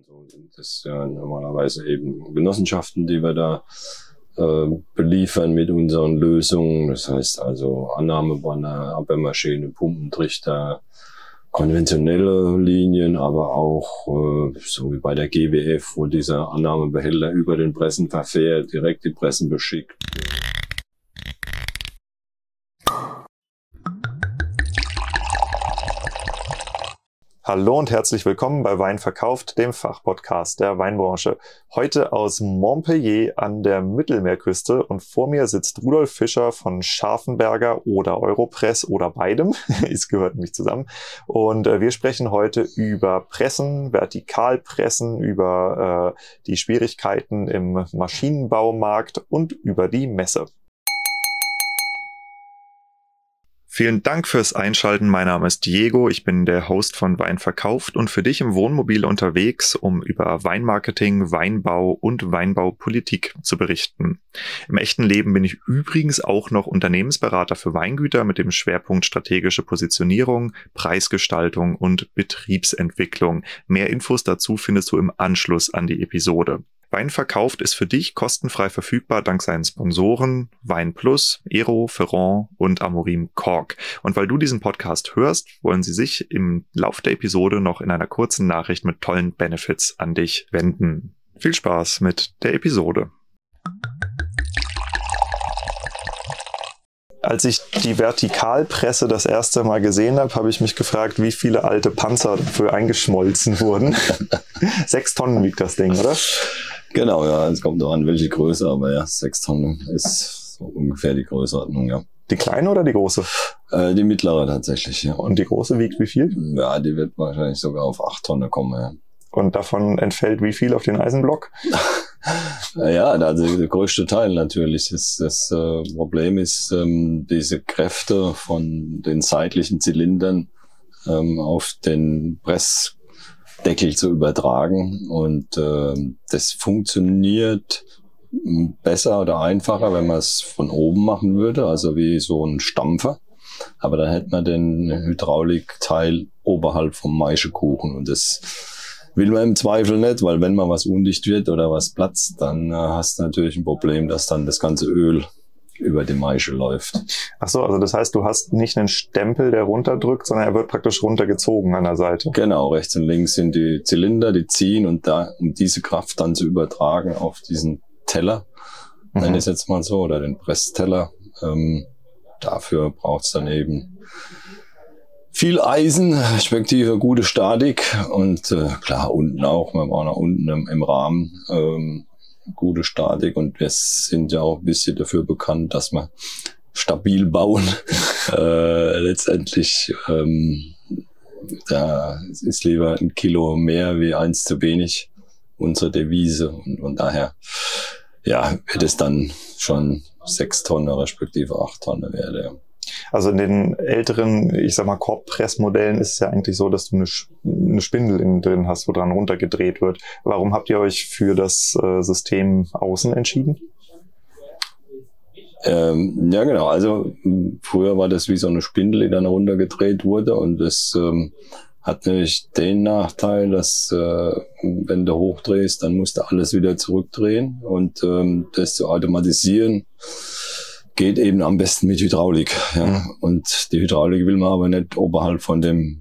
so sind das ja normalerweise eben Genossenschaften, die wir da beliefern mit unseren Lösungen. Das heißt also Annahmebanner, Abwehrmaschine, Pumpentrichter, konventionelle Linien, aber auch so wie bei der GWF, wo dieser Annahmebehälter über den Pressen verfährt, direkt die Pressen beschickt. Hallo und herzlich willkommen bei Wein verkauft, dem Fachpodcast der Weinbranche. Heute aus Montpellier an der Mittelmeerküste und vor mir sitzt Rudolf Fischer von Scharfenberger oder Europress oder beidem. Es gehört nämlich zusammen. Und wir sprechen heute über Pressen, Vertikalpressen, über die Schwierigkeiten im Maschinenbaumarkt und über die Messe. Vielen Dank fürs Einschalten. Mein Name ist Diego. Ich bin der Host von Wein verkauft und für dich im Wohnmobil unterwegs, um über Weinmarketing, Weinbau und Weinbaupolitik zu berichten. Im echten Leben bin ich übrigens auch noch Unternehmensberater für Weingüter mit dem Schwerpunkt strategische Positionierung, Preisgestaltung und Betriebsentwicklung. Mehr Infos dazu findest du im Anschluss an die Episode. Wein verkauft ist für dich kostenfrei verfügbar dank seinen Sponsoren Wein Plus, Ero, Ferrand und Amorim Kork. Und weil du diesen Podcast hörst, wollen sie sich im Lauf der Episode noch in einer kurzen Nachricht mit tollen Benefits an dich wenden. Viel Spaß mit der Episode. Als ich die Vertikalpresse das erste Mal gesehen habe, habe ich mich gefragt, wie viele alte Panzer dafür eingeschmolzen wurden. 6 Tonnen wiegt das Ding, oder? Genau, ja, es kommt noch an, welche Größe, aber ja, 6 Tonnen ist so ungefähr die Größenordnung, ja. Die kleine oder die große? Die mittlere tatsächlich, ja. Und die große wiegt wie viel? Ja, die wird wahrscheinlich sogar auf 8 Tonnen kommen, ja. Und davon entfällt wie viel auf den Eisenblock? Ja, also der größte Teil natürlich. Das Problem ist, diese Kräfte von den seitlichen Zylindern auf den Pressdeckel zu übertragen. Und das funktioniert besser oder einfacher, wenn man es von oben machen würde, also wie so ein Stampfer. Aber dann hätte man den Hydraulikteil oberhalb vom Maischekuchen und das will man im Zweifel nicht, weil wenn mal was undicht wird oder was platzt, dann hast du natürlich ein Problem, dass dann das ganze Öl über die Maische läuft. Ach so, also das heißt, du hast nicht einen Stempel, der runterdrückt, sondern er wird praktisch runtergezogen an der Seite. Genau, rechts und links sind die Zylinder, die ziehen und da, um diese Kraft dann zu übertragen auf diesen Teller, nenne ich es jetzt mal so, oder den Pressteller, dafür braucht es dann eben viel Eisen, respektive gute Statik und klar unten auch, wir brauchen auch unten im Rahmen gute Statik und wir sind ja auch ein bisschen dafür bekannt, dass wir stabil bauen. Letztendlich da ist lieber 1 Kilo mehr wie 1 zu wenig unsere Devise und daher ja wird es dann schon 6 Tonnen respektive 8 Tonnen werde. Also in den älteren, ich sag mal, Korbpressmodellen ist es ja eigentlich so, dass du eine Spindel innen drin hast, wo dran runtergedreht wird. Warum habt ihr euch für das System außen entschieden? Ja, genau. Also früher war das wie so eine Spindel, die dann runtergedreht wurde und das hat nämlich den Nachteil, dass wenn du hochdrehst, dann musst du alles wieder zurückdrehen und das zu automatisieren geht eben am besten mit Hydraulik. Ja. Und die Hydraulik will man aber nicht oberhalb von dem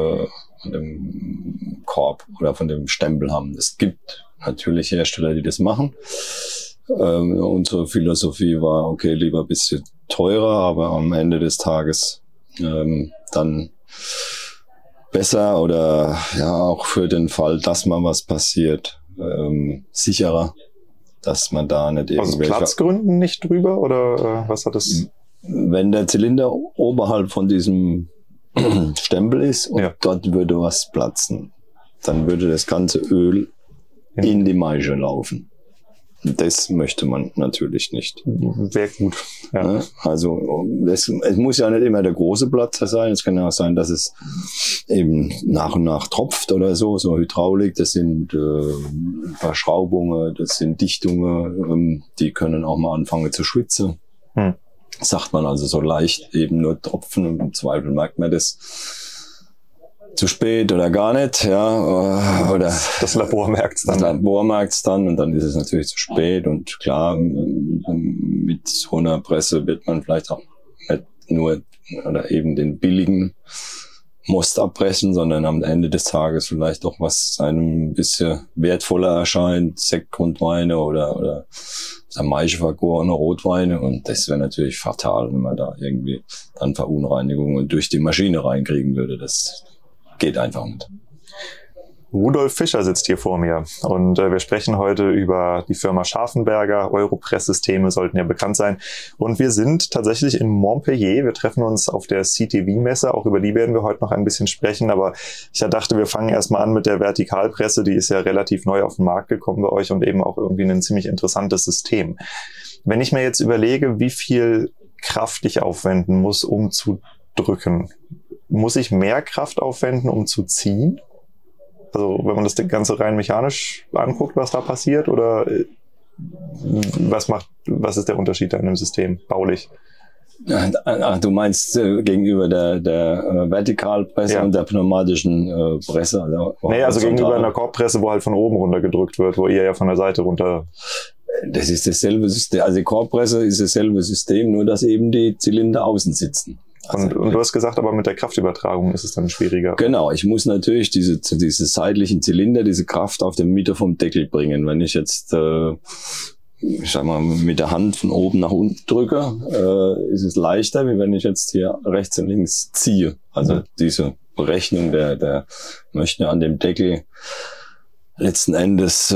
Korb oder von dem Stempel haben. Es gibt natürlich Hersteller, die das machen. Unsere Philosophie war, okay, lieber ein bisschen teurer, aber am Ende des Tages dann besser oder ja auch für den Fall, dass mal was passiert, sicherer. Dass man da nicht irgendwelche... Aus Platzgründen nicht drüber oder was hat das? Wenn der Zylinder oberhalb von diesem Stempel ist und dort würde was platzen, dann würde das ganze Öl in die Maische laufen. Das möchte man natürlich nicht. Wäre gut. Ja. Also es muss ja nicht immer der große Platzer sein. Es kann ja auch sein, dass es eben nach und nach tropft oder so. So Hydraulik, das sind Verschraubungen, das sind Dichtungen, die können auch mal anfangen zu schwitzen. Sagt man also so leicht eben nur Tropfen und im Zweifel merkt man das. zu spät oder gar nicht, ja, oder das Labor merkt's dann. Das Labor merkt's dann und dann ist es natürlich zu spät und klar, mit so einer Presse wird man vielleicht auch nicht nur oder eben den billigen Most abbrechen, sondern am Ende des Tages vielleicht auch was einem ein bisschen wertvoller erscheint, Sektgrundweine oder Maische vergorene Rotweine und das wäre natürlich fatal, wenn man da irgendwie dann Verunreinigungen durch die Maschine reinkriegen würde. Das geht einfach nicht. Rudolf Fischer sitzt hier vor mir und wir sprechen heute über die Firma Scharfenberger. Europress-Systeme sollten ja bekannt sein. Und wir sind tatsächlich in Montpellier. Wir treffen uns auf der CTV-Messe. Auch über die werden wir heute noch ein bisschen sprechen. Aber ich dachte, wir fangen erstmal an mit der Vertikalpresse. Die ist ja relativ neu auf den Markt gekommen bei euch und eben auch irgendwie ein ziemlich interessantes System. Wenn ich mir jetzt überlege, wie viel Kraft ich aufwenden muss, um zu drücken, muss ich mehr Kraft aufwenden, um zu ziehen? Also wenn man das Ganze rein mechanisch anguckt, was da passiert, oder was ist der Unterschied da in dem System, baulich? Du meinst gegenüber der Vertikalpresse und der pneumatischen Presse? Also gegenüber einer Korbpresse, wo halt von oben runter gedrückt wird, wo ihr ja von der Seite runter... Das ist dasselbe System, also die Korbpresse ist dasselbe System, nur dass eben die Zylinder außen sitzen. Und du hast gesagt, aber mit der Kraftübertragung ist es dann schwieriger. Genau, ich muss natürlich diese seitlichen Zylinder, diese Kraft auf den Mitte vom Deckel bringen. Wenn ich jetzt, ich sag mal, mit der Hand von oben nach unten drücke, ist es leichter, wie wenn ich jetzt hier rechts und links ziehe. Also diese Berechnung der möchten ja an dem Deckel letzten Endes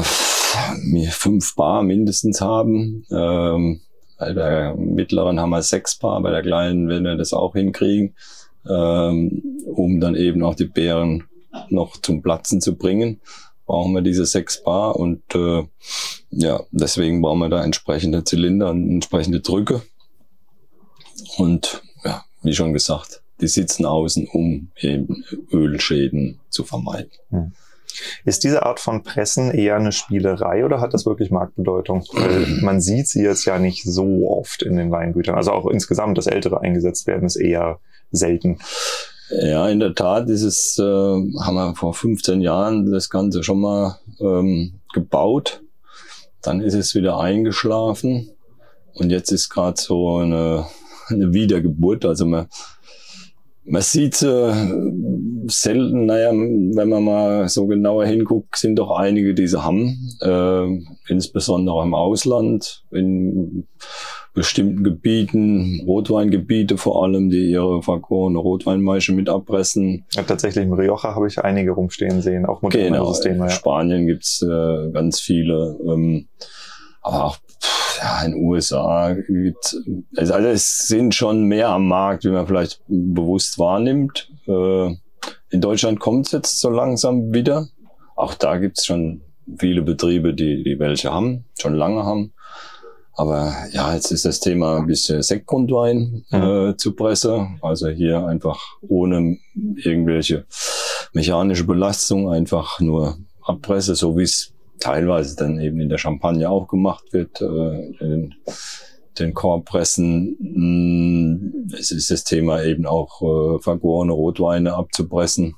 5 Bar mindestens haben. Bei der mittleren haben wir 6 Bar, bei der kleinen werden wir das auch hinkriegen, um dann eben auch die Beeren noch zum Platzen zu bringen, brauchen wir diese 6 Bar und deswegen brauchen wir da entsprechende Zylinder und entsprechende Drücke. Und ja, wie schon gesagt, die sitzen außen, um eben Ölschäden zu vermeiden. Ist diese Art von Pressen eher eine Spielerei oder hat das wirklich Marktbedeutung? Weil man sieht sie jetzt ja nicht so oft in den Weingütern. Also auch insgesamt das ältere eingesetzt werden ist eher selten. Ja, in der Tat ist es, haben wir vor 15 Jahren das Ganze schon mal gebaut. Dann ist es wieder eingeschlafen und jetzt ist gerade so eine Wiedergeburt. Also man sieht selten, wenn man mal so genauer hinguckt, sind doch einige, die sie haben, insbesondere im Ausland, in bestimmten Gebieten, Rotweingebiete vor allem, die ihre vergorene Rotweinmaische mit abpressen. Ja, tatsächlich im Rioja habe ich einige rumstehen sehen, auch moderne Systeme. In Spanien gibt's ganz viele, aber auch in den USA gibt's, also es sind schon mehr am Markt, wie man vielleicht bewusst wahrnimmt. In Deutschland kommt's jetzt so langsam wieder. Auch da gibt's schon viele Betriebe, die welche haben, schon lange haben. Aber ja, jetzt ist das Thema ein bisschen Sektgrundwein zu Presse. Also hier einfach ohne irgendwelche mechanische Belastung, einfach nur Abpresse, so wie es teilweise dann eben in der Champagne auch gemacht wird, in den Korbpressen. Es ist das Thema eben auch vergorene Rotweine abzupressen.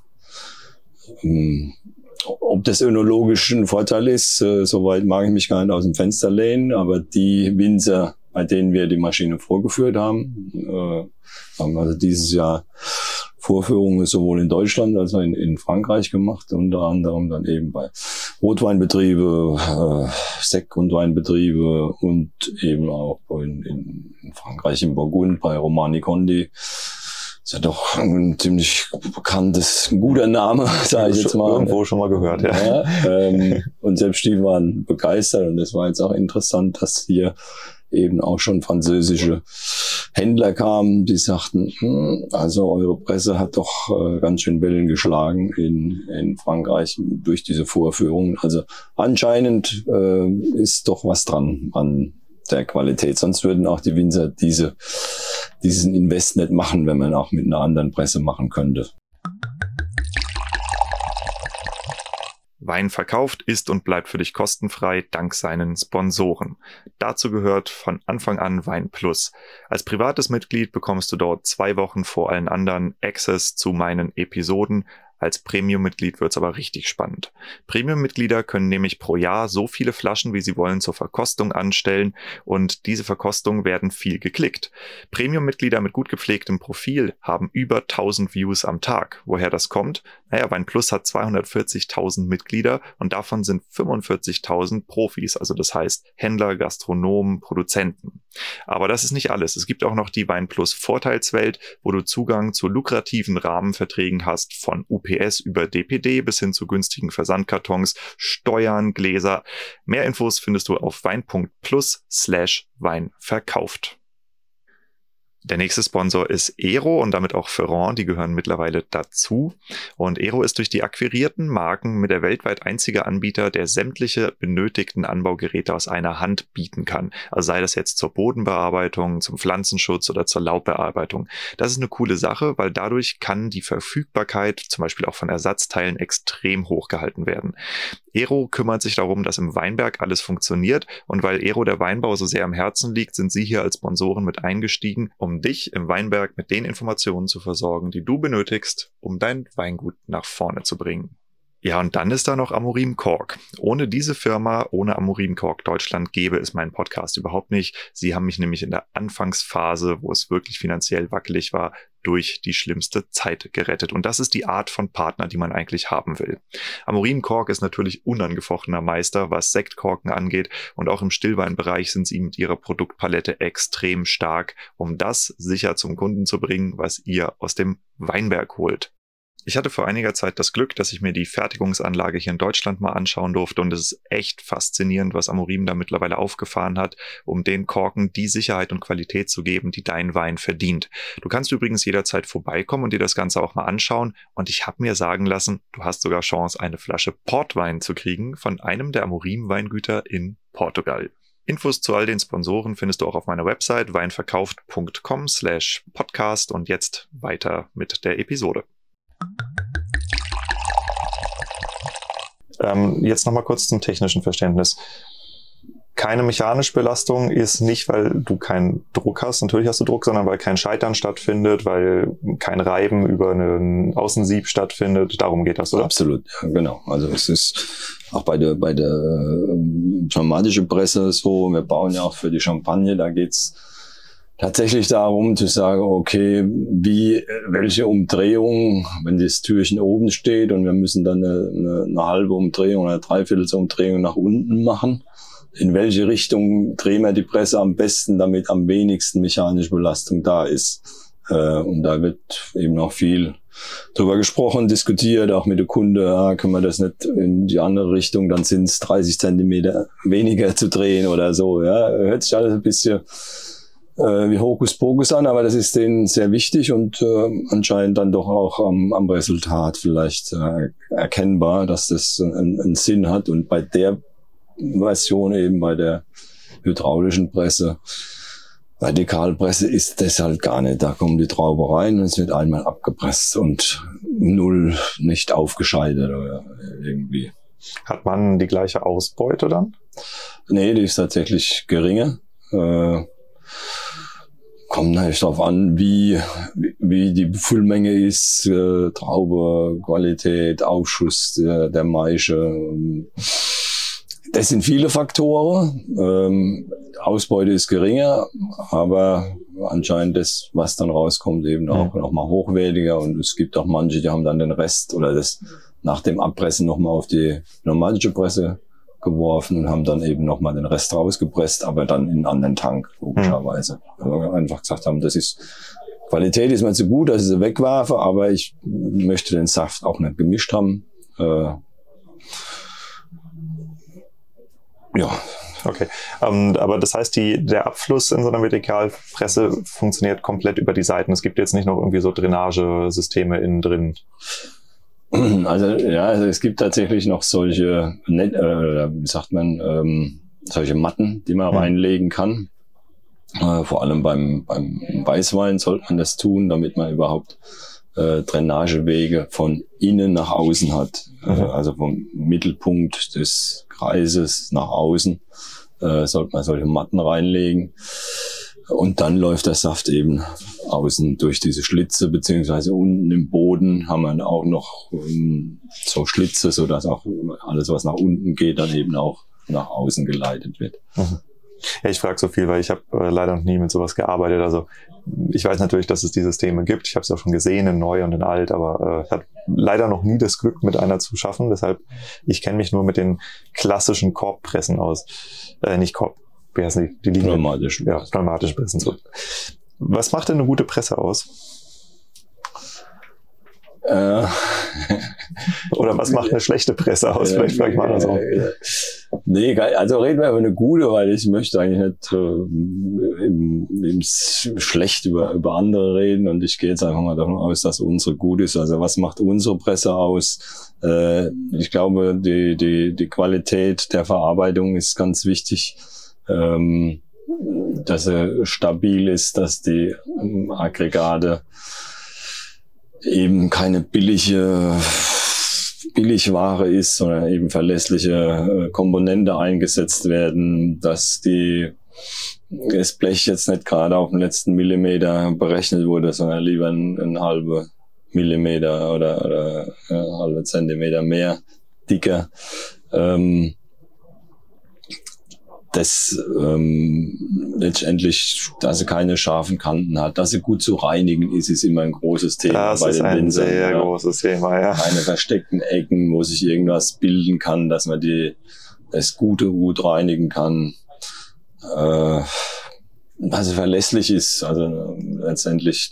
Ob das önologisch ein Vorteil ist, soweit mag ich mich gar nicht aus dem Fenster lehnen, aber die Winzer, bei denen wir die Maschine vorgeführt haben also dieses Jahr Vorführungen sowohl in Deutschland als auch in Frankreich gemacht, unter anderem dann eben bei Rotweinbetriebe, Sektgrundweinbetriebe und eben auch in Frankreich im Burgund bei Romani Conti. Ist ja doch ein ziemlich bekanntes, ein guter Name, sage ich jetzt mal. Irgendwo schon mal gehört, ja. Und selbst die waren begeistert und das war jetzt auch interessant, dass hier eben auch schon französische Händler kamen, die sagten, also eure Presse hat doch ganz schön Wellen geschlagen in Frankreich durch diese Vorführungen. Also anscheinend ist doch was dran an der Qualität. Sonst würden auch die Winzer diesen Invest nicht machen, wenn man auch mit einer anderen Presse machen könnte. Wein verkauft ist und bleibt für dich kostenfrei dank seinen Sponsoren. Dazu gehört von Anfang an Wein Plus. Als privates Mitglied bekommst du dort 2 Wochen vor allen anderen Access zu meinen Episoden, Als Premium-Mitglied wird's aber richtig spannend. Premium-Mitglieder können nämlich pro Jahr so viele Flaschen, wie sie wollen, zur Verkostung anstellen und diese Verkostungen werden viel geklickt. Premium-Mitglieder mit gut gepflegtem Profil haben über 1000 Views am Tag. Woher das kommt? Naja, WeinPlus hat 240.000 Mitglieder und davon sind 45.000 Profis, also das heißt Händler, Gastronomen, Produzenten. Aber das ist nicht alles. Es gibt auch noch die WeinPlus Vorteilswelt, wo du Zugang zu lukrativen Rahmenverträgen hast, von UPS über DPD bis hin zu günstigen Versandkartons, Steuern, Gläser. Mehr Infos findest du auf wein.plus/weinverkauft. Der nächste Sponsor ist Ero und damit auch Ferrand, die gehören mittlerweile dazu. Und Ero ist durch die akquirierten Marken mit der weltweit einzige Anbieter, der sämtliche benötigten Anbaugeräte aus einer Hand bieten kann. Also sei das jetzt zur Bodenbearbeitung, zum Pflanzenschutz oder zur Laubbearbeitung. Das ist eine coole Sache, weil dadurch kann die Verfügbarkeit, zum Beispiel auch von Ersatzteilen, extrem hoch gehalten werden. Ero kümmert sich darum, dass im Weinberg alles funktioniert und weil Ero der Weinbau so sehr am Herzen liegt, sind sie hier als Sponsoren mit eingestiegen, um dich im Weinberg mit den Informationen zu versorgen, die du benötigst, um dein Weingut nach vorne zu bringen. Ja, und dann ist da noch Amorim Cork. Ohne diese Firma, ohne Amorim Cork Deutschland gäbe es meinen Podcast überhaupt nicht. Sie haben mich nämlich in der Anfangsphase, wo es wirklich finanziell wackelig war, durch die schlimmste Zeit gerettet. Und das ist die Art von Partner, die man eigentlich haben will. Amorim Cork ist natürlich unangefochtener Meister, was Sektkorken angeht. Und auch im Stillweinbereich sind sie mit ihrer Produktpalette extrem stark, um das sicher zum Kunden zu bringen, was ihr aus dem Weinberg holt. Ich hatte vor einiger Zeit das Glück, dass ich mir die Fertigungsanlage hier in Deutschland mal anschauen durfte und es ist echt faszinierend, was Amorim da mittlerweile aufgefahren hat, um den Korken die Sicherheit und Qualität zu geben, die dein Wein verdient. Du kannst übrigens jederzeit vorbeikommen und dir das Ganze auch mal anschauen und ich habe mir sagen lassen, du hast sogar Chance, eine Flasche Portwein zu kriegen von einem der Amorim-Weingüter in Portugal. Infos zu all den Sponsoren findest du auch auf meiner Website weinverkauft.com/podcast und jetzt weiter mit der Episode. Jetzt nochmal kurz zum technischen Verständnis. Keine mechanische Belastung ist nicht, weil du keinen Druck hast, natürlich hast du Druck, sondern weil kein Scheitern stattfindet, weil kein Reiben über einen Außensieb stattfindet. Darum geht das, oder? Absolut, ja, genau. Also es ist auch bei der champagnesischen Presse so, wir bauen ja auch für die Champagne, da geht's tatsächlich darum zu sagen, okay, welche Umdrehung, wenn das Türchen oben steht und wir müssen dann eine halbe Umdrehung oder eine Dreiviertelumdrehung nach unten machen, in welche Richtung drehen wir die Presse am besten, damit am wenigsten mechanische Belastung da ist. Und da wird eben noch viel drüber gesprochen, diskutiert, auch mit dem Kunde, können wir das nicht in die andere Richtung, dann sind es 30 Zentimeter weniger zu drehen oder so. Ja, hört sich alles ein bisschen wie Hokuspokus an, aber das ist denen sehr wichtig und anscheinend dann doch auch am Resultat vielleicht erkennbar, dass das einen Sinn hat. Und bei der Version eben, bei der hydraulischen Presse, Vertikalpresse ist das halt gar nicht. Da kommt die Traube rein und es wird einmal abgepresst und null nicht aufgeschaltet oder irgendwie. Hat man die gleiche Ausbeute dann? Nee, die ist tatsächlich geringer. Kommt natürlich darauf an, wie die Befüllmenge ist, Traube, Qualität, Aufschuss der Maische. Das sind viele Faktoren. Ausbeute ist geringer, aber anscheinend das, was dann rauskommt, eben auch noch mal hochwertiger. Und es gibt auch manche, die haben dann den Rest oder das nach dem Abpressen nochmal auf die pneumatische Presse geworfen und haben dann eben nochmal den Rest rausgepresst, aber dann in einen anderen Tank, logischerweise. Weil wir einfach gesagt haben, Qualität ist mir zu gut, dass ich sie wegwerfe, aber ich möchte den Saft auch nicht gemischt haben. Ja. Okay, aber das heißt, der Abfluss in so einer Vertikalpresse funktioniert komplett über die Seiten. Es gibt jetzt nicht noch irgendwie so Drainagesysteme innen drin. Also es gibt tatsächlich noch solche, solche Matten, die man reinlegen kann. Vor allem beim Weißwein sollte man das tun, damit man überhaupt Drainagewege von innen nach außen hat. Also vom Mittelpunkt des Kreises nach außen sollte man solche Matten reinlegen. Und dann läuft der Saft eben außen durch diese Schlitze, beziehungsweise unten im Boden haben wir auch noch so Schlitze, sodass auch alles, was nach unten geht, dann eben auch nach außen geleitet wird. Mhm. Ja, ich frage so viel, weil ich habe leider noch nie mit sowas gearbeitet. Also ich weiß natürlich, dass es die Systeme gibt. Ich habe es auch schon gesehen in neu und in alt, aber ich hatte leider noch nie das Glück, mit einer zu schaffen. Deshalb, ich kenne mich nur mit den klassischen Korbpressen aus. Nicht Korb, wie heißen die liegen? Pneumatisch. Ja, pneumatische Pressen. So. Was macht denn eine gute Presse aus? Oder was macht eine schlechte Presse aus? Vielleicht frage ich mal andersrum. Nee, also reden wir über eine gute, weil ich möchte eigentlich nicht schlecht über andere reden, und ich gehe jetzt einfach mal davon aus, dass unsere gut ist. Also was macht unsere Presse aus? Ich glaube, die Qualität der Verarbeitung ist ganz wichtig, dass sie stabil ist, dass die Aggregate eben keine Billigware ist, sondern eben verlässliche Komponente eingesetzt werden, dass das Blech jetzt nicht gerade auf den letzten Millimeter berechnet wurde, sondern lieber ein halbe Millimeter oder halbe Zentimeter mehr dicker. Das letztendlich, dass sie keine scharfen Kanten hat, dass sie gut zu reinigen ist immer ein großes Thema. Das ist ein sehr großes Thema, ja. Keine versteckten Ecken, wo sich irgendwas bilden kann, dass man das gut reinigen kann. Dass sie verlässlich ist, also letztendlich,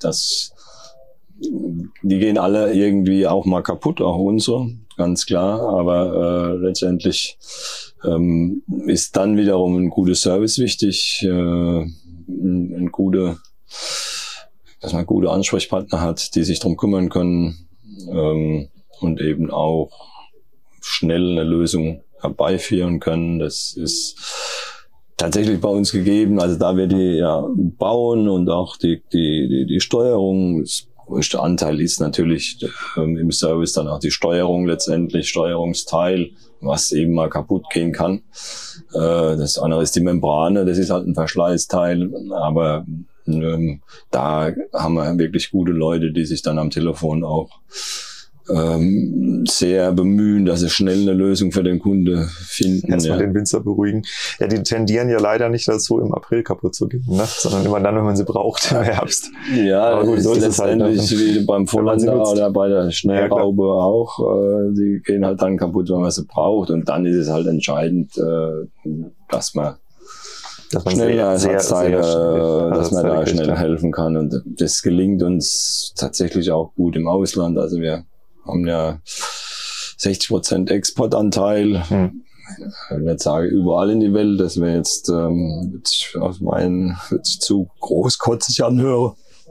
die gehen alle irgendwie auch mal kaputt, auch unsere, ganz klar, aber letztendlich ist dann wiederum ein guter Service wichtig, dass man gute Ansprechpartner hat, die sich darum kümmern können, und eben auch schnell eine Lösung herbeiführen können. Das ist tatsächlich bei uns gegeben. Also da wir die bauen und auch die Steuerung, das größte Anteil ist natürlich im Service dann auch die Steuerung letztendlich, Steuerungsteil, was eben mal kaputt gehen kann. Das andere ist die Membrane, das ist halt ein Verschleißteil, aber da haben wir wirklich gute Leute, die sich dann am Telefon auch sehr bemühen, dass sie schnell eine Lösung für den Kunde finden. Erstmal den Winzer beruhigen. Ja, die tendieren ja leider nicht dazu, im April kaputt zu gehen, ne? Sondern immer dann, wenn man sie braucht, im Herbst. Ja, aber gut, so ist es letztendlich halt wie beim Vollander oder bei der Schnellraube auch. Die gehen halt dann kaputt, wenn man sie braucht. Und dann ist es halt entscheidend, dass man schnell helfen kann. Und das gelingt uns tatsächlich auch gut im Ausland. Also wir haben ja 60% Exportanteil. Ich würde sagen, überall in die Welt. Das wäre jetzt wird sich zu großkotzig anhören.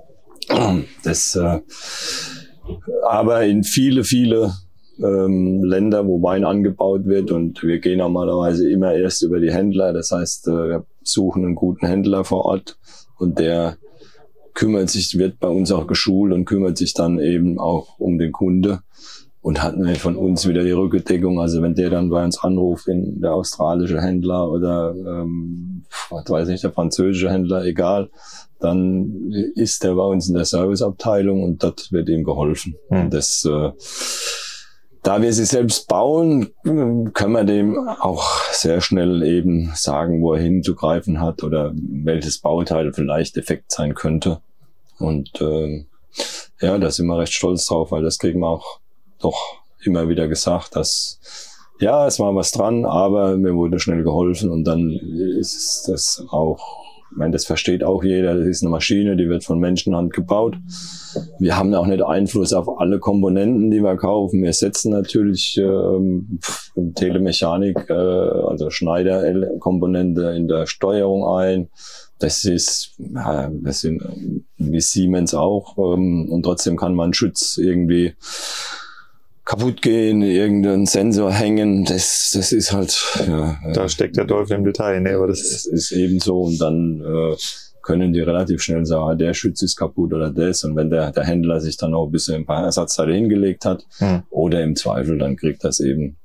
Aber in viele Länder, wo Wein angebaut wird, und wir gehen normalerweise immer erst über die Händler. Das heißt, wir suchen einen guten Händler vor Ort, und der wird bei uns auch geschult und kümmert sich dann eben auch um den Kunde und hat von uns wieder die Rückendeckung. Also wenn der dann bei uns anruft, der australische Händler oder der französische Händler, egal, dann ist der bei uns in der Serviceabteilung und dort wird ihm geholfen. Und da wir sie selbst bauen, können wir dem auch sehr schnell eben sagen, wo er hinzugreifen hat oder welches Bauteil vielleicht defekt sein könnte. Und da sind wir recht stolz drauf, weil das kriegen wir auch doch immer wieder gesagt, dass es war was dran, aber mir wurde schnell geholfen, und dann ist das auch, ich meine, das versteht auch jeder, das ist eine Maschine, die wird von Menschenhand gebaut. Wir haben auch nicht Einfluss auf alle Komponenten, die wir kaufen. Wir setzen natürlich Telemechanik, also Schneiderkomponente in der Steuerung ein. Das sind wie Siemens auch, und trotzdem kann man Schutz irgendwie kaputt gehen, irgendein Sensor hängen, das ist halt... da steckt der Teufel im Detail, ne? Aber das ist eben so, und dann können die relativ schnell sagen, der Schutz ist kaputt oder das, und wenn der Händler sich dann auch ein bisschen ein paar Ersatzteile hingelegt hat, oder im Zweifel, dann kriegt das eben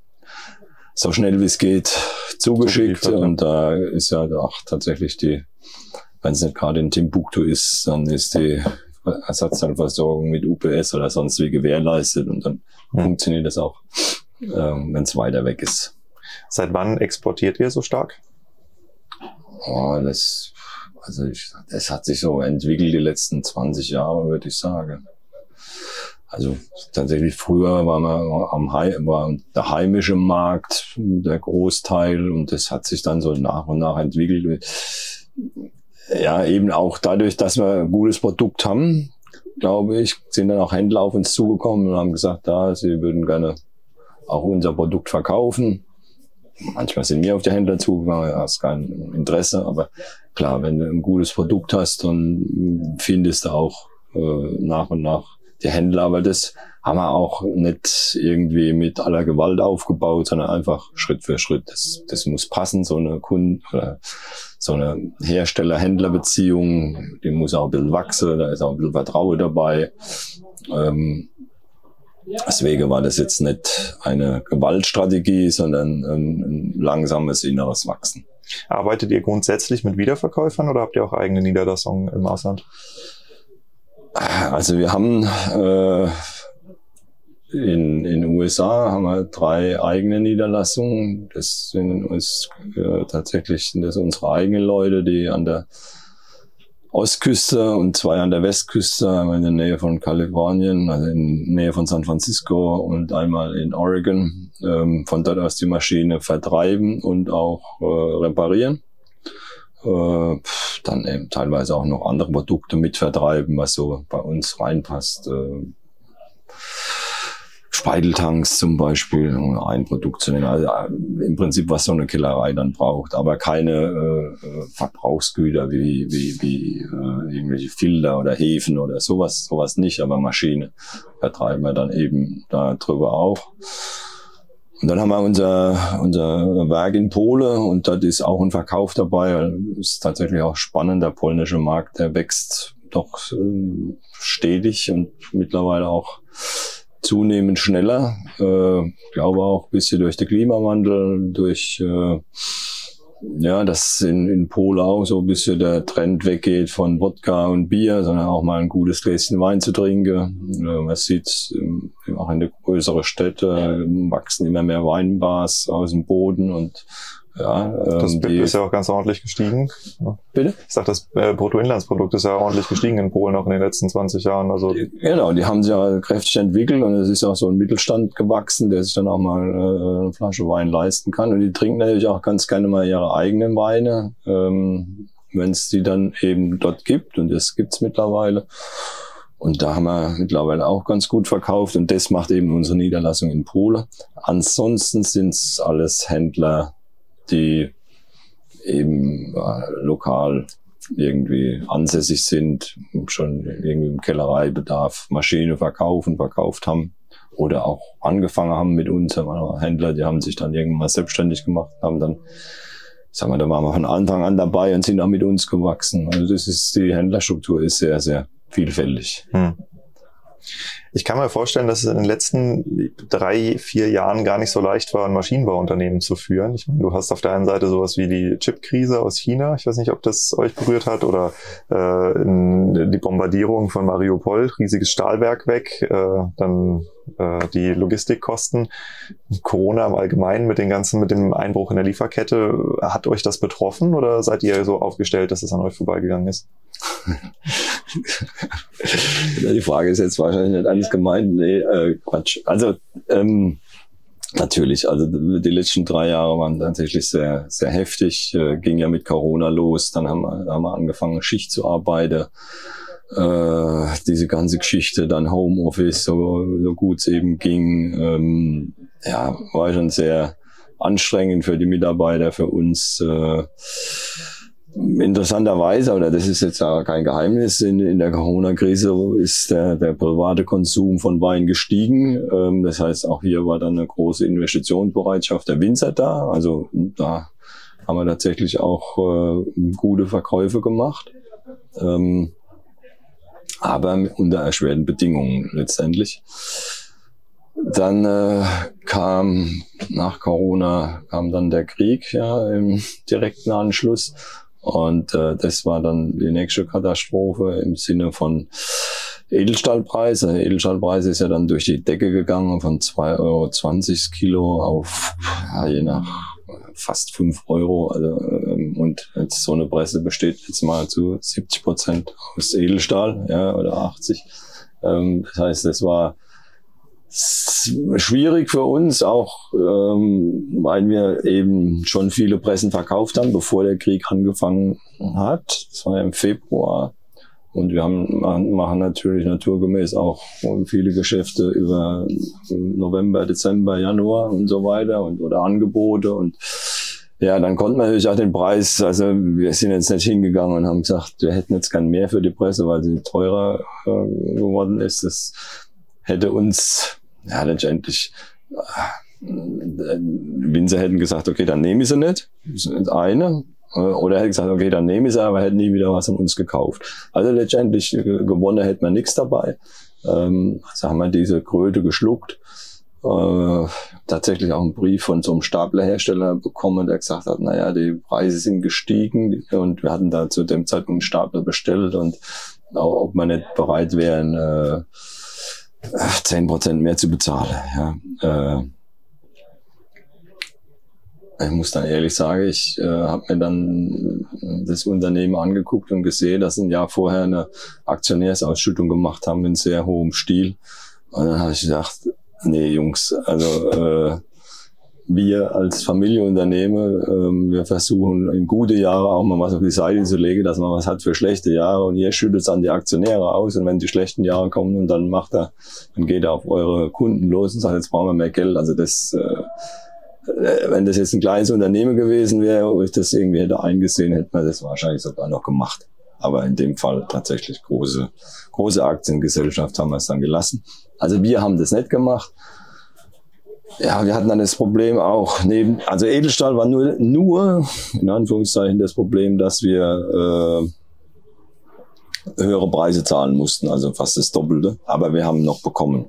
so schnell wie es geht zugeschickt, und da ist ja auch tatsächlich wenn es nicht gerade in Timbuktu ist, dann ist die Ersatzteilversorgung mit UPS oder sonst wie gewährleistet und dann funktioniert das auch, wenn es weiter weg ist. Seit wann exportiert ihr so stark? Das hat sich so entwickelt die letzten 20 Jahre, würde ich sagen. Also tatsächlich früher war der heimische Markt der Großteil und das hat sich dann so nach und nach entwickelt. Ja, eben auch dadurch, dass wir ein gutes Produkt haben, glaube ich, sind dann auch Händler auf uns zugekommen und haben gesagt, sie würden gerne auch unser Produkt verkaufen. Manchmal sind wir auf die Händler zugegangen, hast kein Interesse, aber klar, wenn du ein gutes Produkt hast, dann findest du auch nach und nach die Händler, aber das haben wir auch nicht irgendwie mit aller Gewalt aufgebaut, sondern einfach Schritt für Schritt. Das muss passen, so eine so eine Hersteller-Händler-Beziehung, die muss auch ein bisschen wachsen, da ist auch ein bisschen Vertrauen dabei. Deswegen war das jetzt nicht eine Gewaltstrategie, sondern ein langsames inneres Wachsen. Arbeitet ihr grundsätzlich mit Wiederverkäufern oder habt ihr auch eigene Niederlassungen im Ausland? Also wir haben in den USA haben wir 3 eigene Niederlassungen. Das sind unsere eigenen Leute, die an der Ostküste und 2 an der Westküste, einmal in der Nähe von Kalifornien, also in der Nähe von San Francisco und einmal in Oregon, von dort aus die Maschine vertreiben und auch reparieren. Dann eben teilweise auch noch andere Produkte mitvertreiben, was so bei uns reinpasst. Speiteltanks zum Beispiel, um ein Produkt zu nennen. Also im Prinzip, was so eine Kellerei dann braucht, aber keine Verbrauchsgüter wie irgendwelche Filter oder Hefen oder sowas nicht, aber Maschine vertreiben wir dann eben darüber auch. Und dann haben wir unser Werk in Polen und dort ist auch ein Verkauf dabei. Ist tatsächlich auch spannend. Der polnische Markt, der wächst doch stetig und mittlerweile auch zunehmend schneller. Glaube auch ein bisschen durch den Klimawandel, durch dass in Polen auch so ein bisschen der Trend weggeht von Wodka und Bier, sondern auch mal ein gutes Gläschen Wein zu trinken. Man sieht auch in den größeren Städten wachsen immer mehr Weinbars aus dem Boden und das BIP ist ja auch ganz ordentlich gestiegen. Bitte? Ich sag, das Bruttoinlandsprodukt ist ja ordentlich gestiegen in Polen auch in den letzten 20 Jahren. Also genau, die haben sich ja kräftig entwickelt und es ist auch so ein Mittelstand gewachsen, der sich dann auch mal eine Flasche Wein leisten kann. Und die trinken natürlich auch ganz gerne mal ihre eigenen Weine, wenn es die dann eben dort gibt. Und das gibt's mittlerweile. Und da haben wir mittlerweile auch ganz gut verkauft. Und das macht eben unsere Niederlassung in Polen. Ansonsten sind's alles Händler, die eben lokal irgendwie ansässig sind, schon irgendwie im Kellereibedarf Maschine verkauft haben oder auch angefangen haben mit uns. Händler, die haben sich dann irgendwann mal selbstständig gemacht, haben dann, da waren wir von Anfang an dabei und sind auch mit uns gewachsen. Also die Händlerstruktur ist sehr, sehr vielfältig. Ich kann mir vorstellen, dass es in den letzten 3-4 Jahren gar nicht so leicht war, ein Maschinenbauunternehmen zu führen. Ich meine, du hast auf der einen Seite sowas wie die Chipkrise aus China. Ich weiß nicht, ob das euch berührt hat oder die Bombardierung von Mariupol, riesiges Stahlwerk weg, dann die Logistikkosten, Corona im Allgemeinen mit dem Einbruch in der Lieferkette. Hat euch das betroffen oder seid ihr so aufgestellt, dass es an euch vorbeigegangen ist? Die Frage ist jetzt wahrscheinlich nicht alles gemeint. Nee, Quatsch. Also natürlich, also die letzten 3 Jahre waren tatsächlich sehr, sehr heftig. Ging ja mit Corona los. Dann haben wir angefangen, Schicht zu arbeiten. Diese ganze Geschichte, dann Homeoffice, so gut es eben ging. War schon sehr anstrengend für die Mitarbeiter, für uns. Interessanterweise, oder das ist jetzt ja kein Geheimnis, in der Corona-Krise ist der private Konsum von Wein gestiegen. Das heißt, auch hier war dann eine große Investitionsbereitschaft der Winzer da. Also da haben wir tatsächlich auch gute Verkäufe gemacht. Aber unter erschwerten Bedingungen letztendlich. Dann kam nach Corona dann der Krieg im direkten Anschluss. Und das war dann die nächste Katastrophe im Sinne von Edelstahlpreis. Der Edelstahlpreis ist ja dann durch die Decke gegangen von 2,20 € Kilo auf, ja, je nach fast 5 €. Also, und jetzt so eine Presse besteht jetzt mal zu 70% aus Edelstahl, ja, oder 80. Das heißt, das war schwierig für uns, auch weil wir eben schon viele Pressen verkauft haben, bevor der Krieg angefangen hat. Das war ja im Februar. Und wir machen natürlich naturgemäß auch viele Geschäfte über November, Dezember, Januar und so weiter oder Angebote. Und ja, dann konnten wir natürlich auch den Preis, also wir sind jetzt nicht hingegangen und haben gesagt, wir hätten jetzt gern mehr für die Presse, weil sie teurer geworden ist. Das hätte uns ja letztendlich, Winzer hätten gesagt, okay, dann nehme ich sie nicht. Das ist eine. Oder hätte gesagt, okay, dann nehme ich sie, aber hätten nie wieder was an uns gekauft. Also letztendlich gewonnen hätten wir nichts dabei. Also haben wir diese Kröte geschluckt. Tatsächlich auch einen Brief von so einem Staplerhersteller bekommen, der gesagt hat, naja, die Preise sind gestiegen und wir hatten da zu dem Zeitpunkt einen Stapler bestellt und auch, ob wir nicht bereit wären, 10% mehr zu bezahlen. Ja. Ich muss dann ehrlich sagen, ich habe mir dann das Unternehmen angeguckt und gesehen, dass sie ein Jahr vorher eine Aktionärsausschüttung gemacht haben in sehr hohem Stil. Und dann habe ich gedacht, nee Jungs, also wir als Familienunternehmen, wir versuchen in gute Jahre auch mal was auf die Seite zu legen, dass man was hat für schlechte Jahre und ihr schüttet es an die Aktionäre aus und wenn die schlechten Jahre kommen und dann geht er auf eure Kunden los und sagt, jetzt brauchen wir mehr Geld. Also das wenn das jetzt ein kleines Unternehmen gewesen wäre, wo ich das irgendwie hätte eingesehen, hätte man das wahrscheinlich sogar noch gemacht. Aber in dem Fall tatsächlich große Aktiengesellschaft haben wir es dann gelassen. Also wir haben das nicht gemacht. Ja, wir hatten dann das Problem auch also Edelstahl war nur in Anführungszeichen das Problem, dass wir höhere Preise zahlen mussten, also fast das Doppelte. Aber wir haben noch bekommen.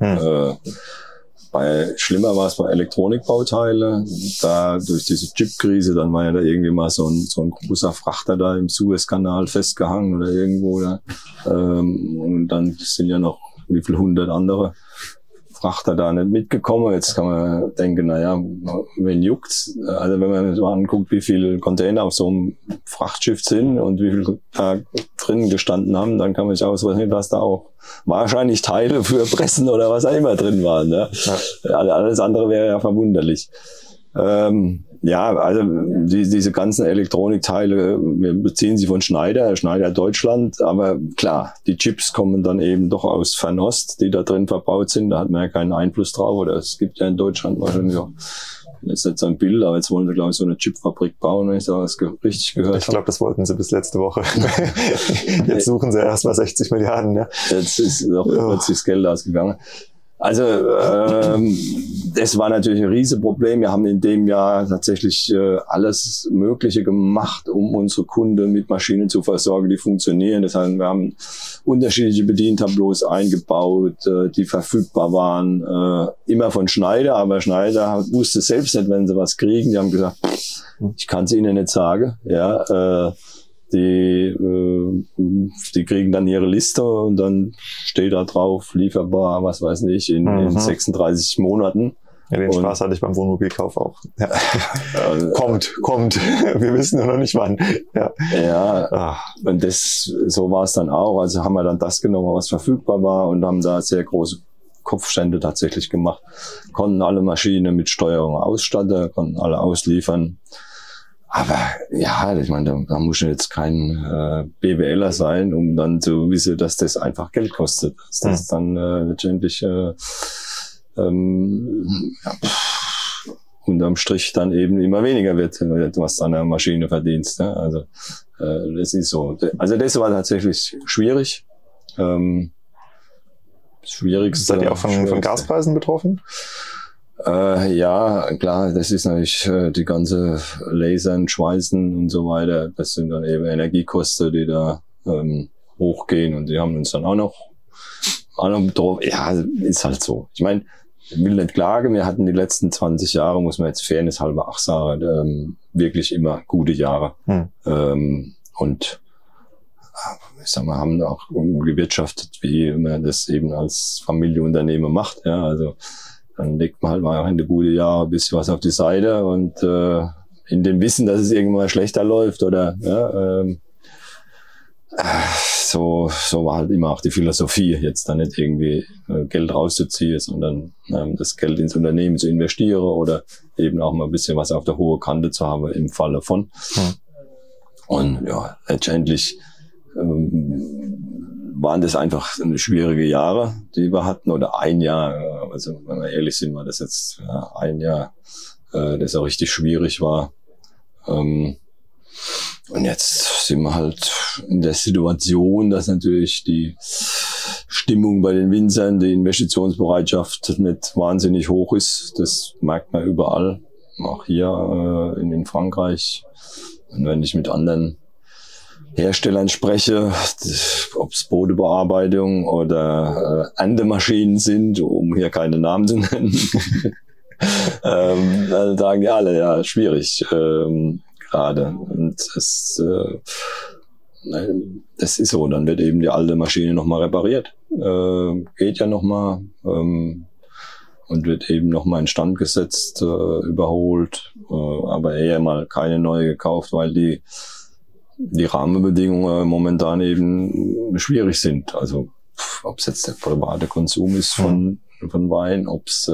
Schlimmer war es bei Elektronikbauteile, da durch diese Chipkrise, dann war ja da irgendwie mal so ein großer Frachter da im Suezkanal festgehangen oder irgendwo da. Und dann sind ja noch wie viel 100 andere Frachter da nicht mitgekommen. Jetzt kann man denken, naja, wen juckt's? Also wenn man sich mal anguckt, wie viele Container auf so einem Frachtschiff sind und wie viel da drin gestanden haben, dann kann man sich ausrechnen, dass da auch wahrscheinlich Teile für Pressen oder was auch immer drin waren. Ne? Ja. Alles andere wäre ja verwunderlich. Ja, also diese ganzen Elektronikteile, wir beziehen sie von Schneider Deutschland, aber klar, die Chips kommen dann eben doch aus Fernost, die da drin verbaut sind, da hat man ja keinen Einfluss drauf, oder es gibt ja in Deutschland wahrscheinlich auch, jetzt nicht so ein Bild, aber jetzt wollen sie, glaube ich, so eine Chipfabrik bauen, wenn ich da was richtig gehört habe. Ich glaube, das wollten sie bis letzte Woche. Jetzt suchen sie erst mal 60 Milliarden, ja. Jetzt ist doch plötzlich das Geld ausgegangen. Also das war natürlich ein Riesenproblem. Wir haben in dem Jahr tatsächlich alles Mögliche gemacht, um unsere Kunden mit Maschinen zu versorgen, die funktionieren. Das heißt, wir haben unterschiedliche Bedientableaus eingebaut, die verfügbar waren, immer von Schneider. Aber Schneider wusste selbst nicht, wenn sie was kriegen. Die haben gesagt, ich kann es Ihnen nicht sagen. Ja, die kriegen dann ihre Liste und dann steht da drauf, lieferbar, was weiß ich, in 36 Monaten. Ja, den Spaß hatte ich beim Wohnmobilkauf auch. Ja. Kommt. Wir wissen nur noch nicht wann. Ja. Und so war es dann auch. Also haben wir dann das genommen, was verfügbar war und haben da sehr große Kopfstände tatsächlich gemacht. Konnten alle Maschinen mit Steuerung ausstatten, konnten alle ausliefern. Aber ja, ich meine, da muss jetzt kein BWLer sein, um dann zu wissen, dass das einfach Geld kostet. Dass das dann letztendlich unterm Strich dann eben immer weniger wird, was du an der Maschine verdienst. Ne? Also das ist so. Also das war tatsächlich schwierig. Schwierigste. Seid ihr auch von Gaspreisen betroffen? Ja, klar, das ist natürlich die ganze Lasern, Schweißen und so weiter. Das sind dann eben Energiekosten, die da hochgehen und die haben uns dann auch noch betroffen. Ja, ist halt so. Ich meine, ich will nicht klagen, wir hatten die letzten 20 Jahre, muss man jetzt fairnesshalber auch sagen, wirklich immer gute Jahre. Und ich sag mal, haben auch gewirtschaftet, wie man das eben als Familienunternehmer macht. Ja, also dann legt man halt mal in die gute Jahre ein bisschen was auf die Seite und in dem Wissen, dass es irgendwann schlechter läuft oder ja, so war halt immer auch die Philosophie, jetzt dann nicht irgendwie Geld rauszuziehen, sondern das Geld ins Unternehmen zu investieren oder eben auch mal ein bisschen was auf der hohen Kante zu haben im Falle von. Und ja, letztendlich waren das einfach schwierige Jahre, die wir hatten, oder ein Jahr, also wenn wir ehrlich sind, war das jetzt ein Jahr, das auch richtig schwierig war. Und jetzt sind wir halt in der Situation, dass natürlich die Stimmung bei den Winzern, die Investitionsbereitschaft nicht wahnsinnig hoch ist. Das merkt man überall, auch hier in Frankreich. Und wenn ich mit anderen Herstellern spreche, ob es Bodenbearbeitung oder Erntemaschinen sind, um hier keine Namen zu nennen, dann sagen die alle, ja, schwierig gerade. Und das ist so, dann wird eben die alte Maschine nochmal repariert, geht ja nochmal und wird eben nochmal instand gesetzt, überholt, aber eher mal keine neue gekauft, weil die Rahmenbedingungen momentan eben schwierig sind. Also ob es jetzt der private Konsum ist von Wein, ob es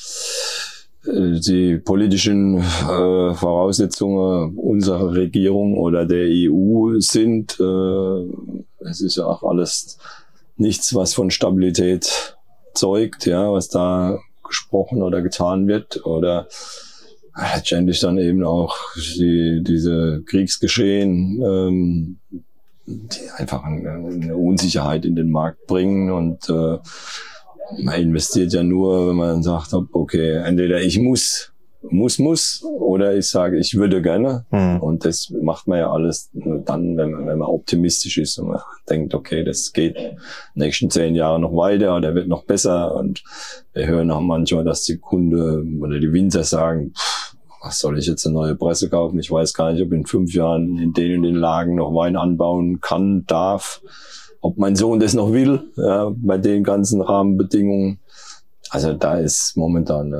die politischen Voraussetzungen unserer Regierung oder der EU sind. Es ist ja auch alles nichts, was von Stabilität zeugt, ja, was da gesprochen oder getan wird, oder letztendlich dann eben auch diese Kriegsgeschehen, die einfach eine Unsicherheit in den Markt bringen. Und man investiert ja nur, wenn man sagt, okay, entweder ich muss oder ich sage, ich würde gerne. Und das macht man ja alles dann, wenn man optimistisch ist und man denkt, okay, das geht nächsten 10 Jahre noch weiter oder wird noch besser. Und wir hören auch manchmal, dass die Kunden oder die Winzer sagen, was soll ich jetzt eine neue Presse kaufen? Ich weiß gar nicht, ob ich in 5 Jahren in den Lagen noch Wein anbauen kann, darf. Ob mein Sohn das noch will, ja, bei den ganzen Rahmenbedingungen. Also da ist momentan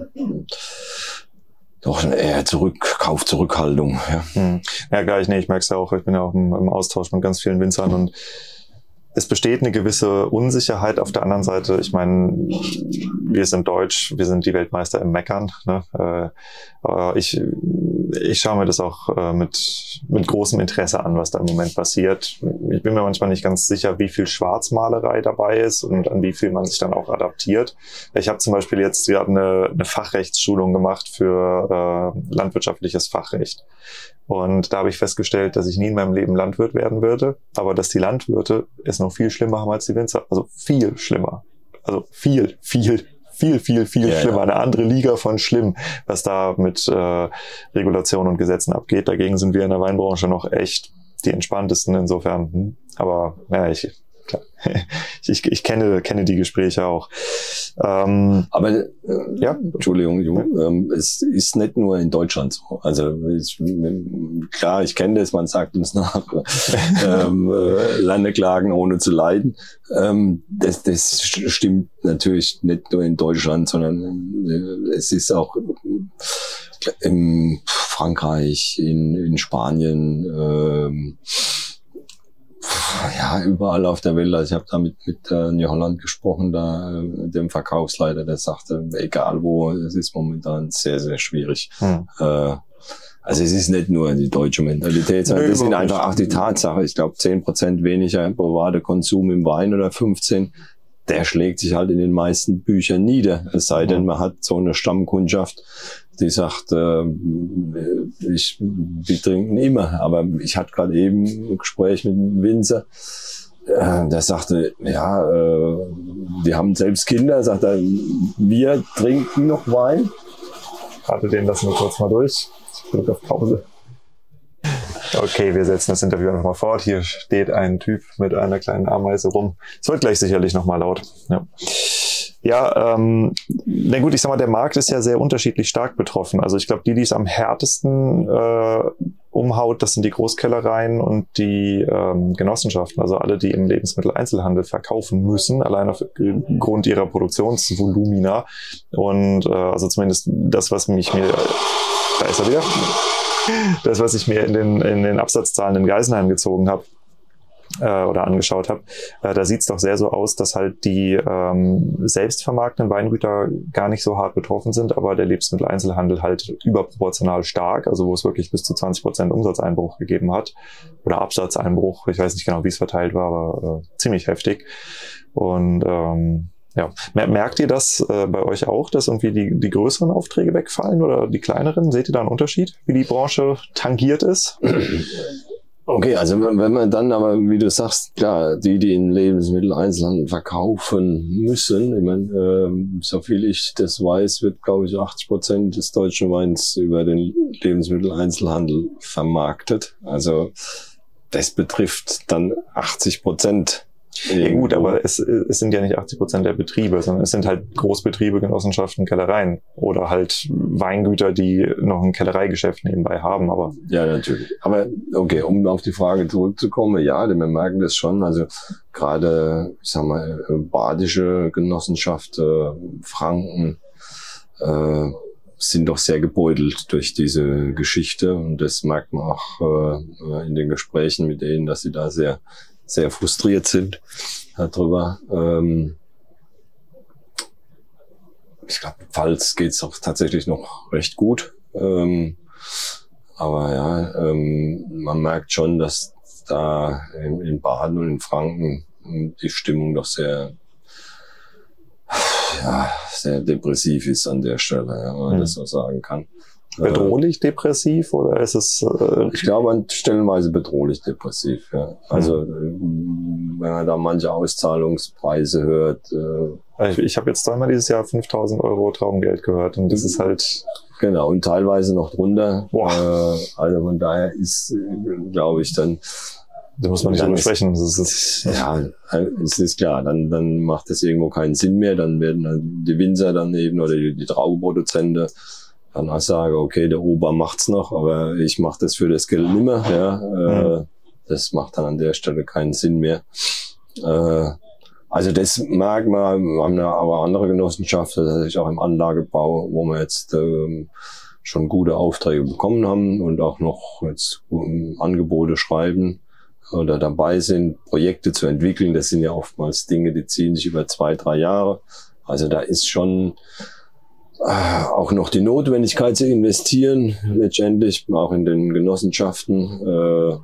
doch eher Kaufzurückhaltung. Ja, ja klar, ich merke es ja auch, ich bin ja auch im Austausch mit ganz vielen Winzern und es besteht eine gewisse Unsicherheit. Auf der anderen Seite, ich meine, wir sind deutsch, wir sind die Weltmeister im Meckern. Ne? Ich schaue mir das auch mit großem Interesse an, was da im Moment passiert. Ich bin mir manchmal nicht ganz sicher, wie viel Schwarzmalerei dabei ist und an wie viel man sich dann auch adaptiert. Ich habe zum Beispiel jetzt gerade eine Fachrechtsschulung gemacht für landwirtschaftliches Fachrecht. Und da habe ich festgestellt, dass ich nie in meinem Leben Landwirt werden würde, aber dass die Landwirte es noch viel schlimmer haben als die Winzer. Also viel schlimmer. Also viel schlimmer. Eine andere Liga von schlimm, was da mit Regulation und Gesetzen abgeht. Dagegen sind wir in der Weinbranche noch echt die entspanntesten insofern. Aber ja, ich kenne die Gespräche auch. Aber ja, Entschuldigung, es ist nicht nur in Deutschland so. Also klar, ich kenne das, man sagt uns nach Landeklagen ohne zu leiden. Das stimmt natürlich nicht nur in Deutschland, sondern es ist auch in Frankreich, in Spanien, ja, überall auf der Welt. Also ich habe da mit New Holland gesprochen, mit dem Verkaufsleiter, der sagte, egal wo, es ist momentan sehr, sehr schwierig. Also es ist nicht nur die deutsche Mentalität, sondern das sind einfach auch die Tatsache. Ich glaube, 10% weniger privater Konsum im Wein oder 15%, der schlägt sich halt in den meisten Büchern nieder. Es sei denn, man hat so eine Stammkundschaft, die sagt, wir trinken immer. Aber ich hatte gerade eben ein Gespräch mit einem Winzer, der sagte, ja, wir haben selbst Kinder, sagt er, wir trinken noch Wein. Warte, den lassen wir kurz mal durch. Ich drücke auf Pause. Okay, wir setzen das Interview nochmal fort. Hier steht ein Typ mit einer kleinen Ameise rum. Es wird gleich sicherlich nochmal laut. Ja. Ja, na gut, ich sag mal, der Markt ist ja sehr unterschiedlich stark betroffen. Also ich glaube, die es am härtesten umhaut, das sind die Großkellereien und die Genossenschaften, also alle, die im Lebensmitteleinzelhandel verkaufen müssen, allein aufgrund ihrer Produktionsvolumina. Und also zumindest das, was da ist er wieder, das, was ich mir in den Absatzzahlen in Geisenheim gezogen habe, oder angeschaut habe, da sieht es doch sehr so aus, dass halt die selbstvermarktenden Weingüter gar nicht so hart betroffen sind, aber der Lebensmitteleinzelhandel halt überproportional stark, also wo es wirklich bis zu 20% Umsatzeinbruch gegeben hat oder Absatzeinbruch, ich weiß nicht genau, wie es verteilt war, aber ziemlich heftig. Und ja, merkt ihr das bei euch auch, dass irgendwie die größeren Aufträge wegfallen oder die kleineren? Seht ihr da einen Unterschied, wie die Branche tangiert ist? Okay, also wenn man dann aber, wie du sagst, klar, die in Lebensmitteleinzelhandel verkaufen müssen, ich meine, so viel ich das weiß, wird, glaube ich, 80% des deutschen Weins über den Lebensmitteleinzelhandel vermarktet. Also das betrifft dann 80%. Ja gut, aber es sind ja nicht 80% der Betriebe, sondern es sind halt Großbetriebe, Genossenschaften, Kellereien oder halt Weingüter, die noch ein Kellereigeschäft nebenbei haben. Aber ja, natürlich. Aber okay, um auf die Frage zurückzukommen, ja, wir merken das schon. Also gerade, ich sag mal, badische Genossenschaft, Franken, sind doch sehr gebeutelt durch diese Geschichte. Und das merkt man auch in den Gesprächen mit denen, dass sie da sehr frustriert sind darüber. Ich glaube, Pfalz geht's auch tatsächlich noch recht gut. Aber ja, man merkt schon, dass da in Baden und in Franken die Stimmung doch sehr depressiv ist an der Stelle, ja, wenn man das so sagen kann. Bedrohlich depressiv oder ist es? Ich glaube, stellenweise bedrohlich depressiv. Ja. Also wenn man da manche Auszahlungspreise hört. Ich habe jetzt zweimal dieses Jahr 5.000 € Traumgeld gehört und das ist halt. Genau, und teilweise noch drunter. Also von daher ist, glaube ich, dann. Da muss man nicht drüber sprechen. Ja, es ist klar, dann macht das irgendwo keinen Sinn mehr. Dann werden die Winzer dann eben oder die Traubenproduzenten dann auch sagen, okay, der Ober macht's noch, aber ich mache das für das Geld nimmer. Ja, das macht dann an der Stelle keinen Sinn mehr. Also das merkt man, wir haben ja aber andere Genossenschaften, tatsächlich auch im Anlagebau, wo wir jetzt schon gute Aufträge bekommen haben und auch noch jetzt Angebote schreiben oder dabei sind, Projekte zu entwickeln. Das sind ja oftmals Dinge, die ziehen sich über 2-3 Jahre. Also da ist schon auch noch die Notwendigkeit zu investieren, letztendlich auch in den Genossenschaften,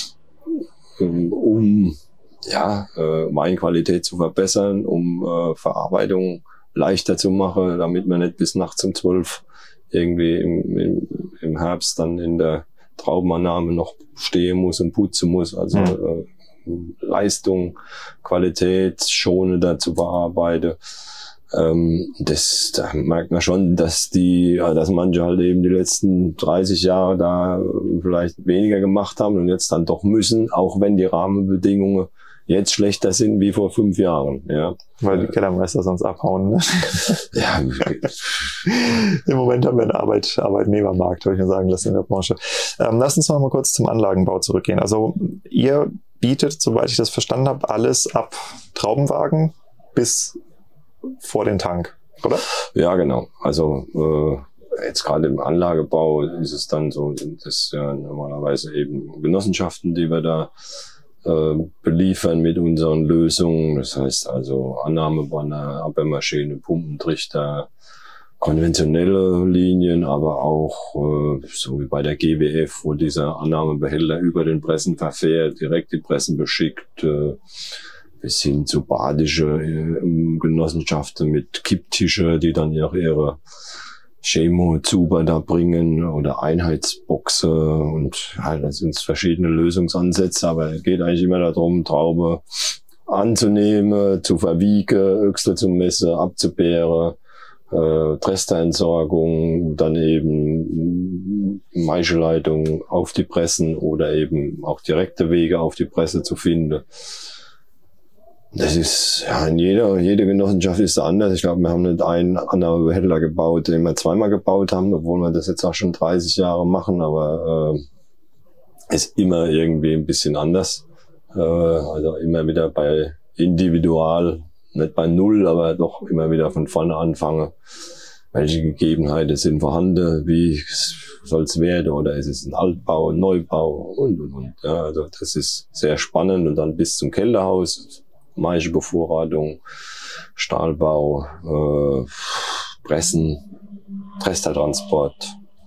um Weinqualität zu verbessern, um Verarbeitung leichter zu machen, damit man nicht bis nachts um 12 irgendwie im Herbst dann in der Traubenannahme noch stehen muss und putzen muss. Also Leistung, Qualität schonender zu bearbeiten. Da merkt man schon, dass manche halt eben die letzten 30 Jahre da vielleicht weniger gemacht haben und jetzt dann doch müssen, auch wenn die Rahmenbedingungen jetzt schlechter sind wie vor 5 Jahren. Ja. Weil die Kellermeister sonst abhauen. Ne? Ja. Im Moment haben wir einen Arbeitnehmermarkt, würde ich mal sagen lassen, in der Branche. Lass uns noch mal kurz zum Anlagenbau zurückgehen. Also ihr bietet, soweit ich das verstanden habe, alles ab Traubenwagen bis vor den Tank, oder? Ja, genau. Also jetzt gerade im Anlagebau ist es dann so, das ist ja normalerweise eben Genossenschaften, die wir da beliefern mit unseren Lösungen. Das heißt also Annahmebanner, Abwehrmaschine, Pumpentrichter, konventionelle Linien, aber auch so wie bei der GWF, wo dieser Annahmebehälter über den Pressen verfährt, direkt die Pressen beschickt, bis hin zu badische Genossenschaften mit Kipptische, die dann auch ihre Chemo-Zuber da bringen oder Einheitsboxe und halt, das sind verschiedene Lösungsansätze, aber es geht eigentlich immer darum, Traube anzunehmen, zu verwiegen, Öchsle zu messen, abzubeeren, Tresterentsorgung, dann eben Maischeleitung auf die Pressen oder eben auch direkte Wege auf die Presse zu finden. Das ist, ja, jede Genossenschaft ist anders. Ich glaube, wir haben nicht einen anderen Behälter gebaut, den wir zweimal gebaut haben, obwohl wir das jetzt auch schon 30 Jahre machen, aber ist immer irgendwie ein bisschen anders. Also immer wieder bei individual, nicht bei Null, aber doch immer wieder von vorne anfangen. Welche Gegebenheiten sind vorhanden, wie soll es werden, oder ist es ein Altbau, ein Neubau und. Ja, also das ist sehr spannend, und dann bis zum Kellerhaus, Maischebevorratung, Stahlbau, Pressen, Trestertransport,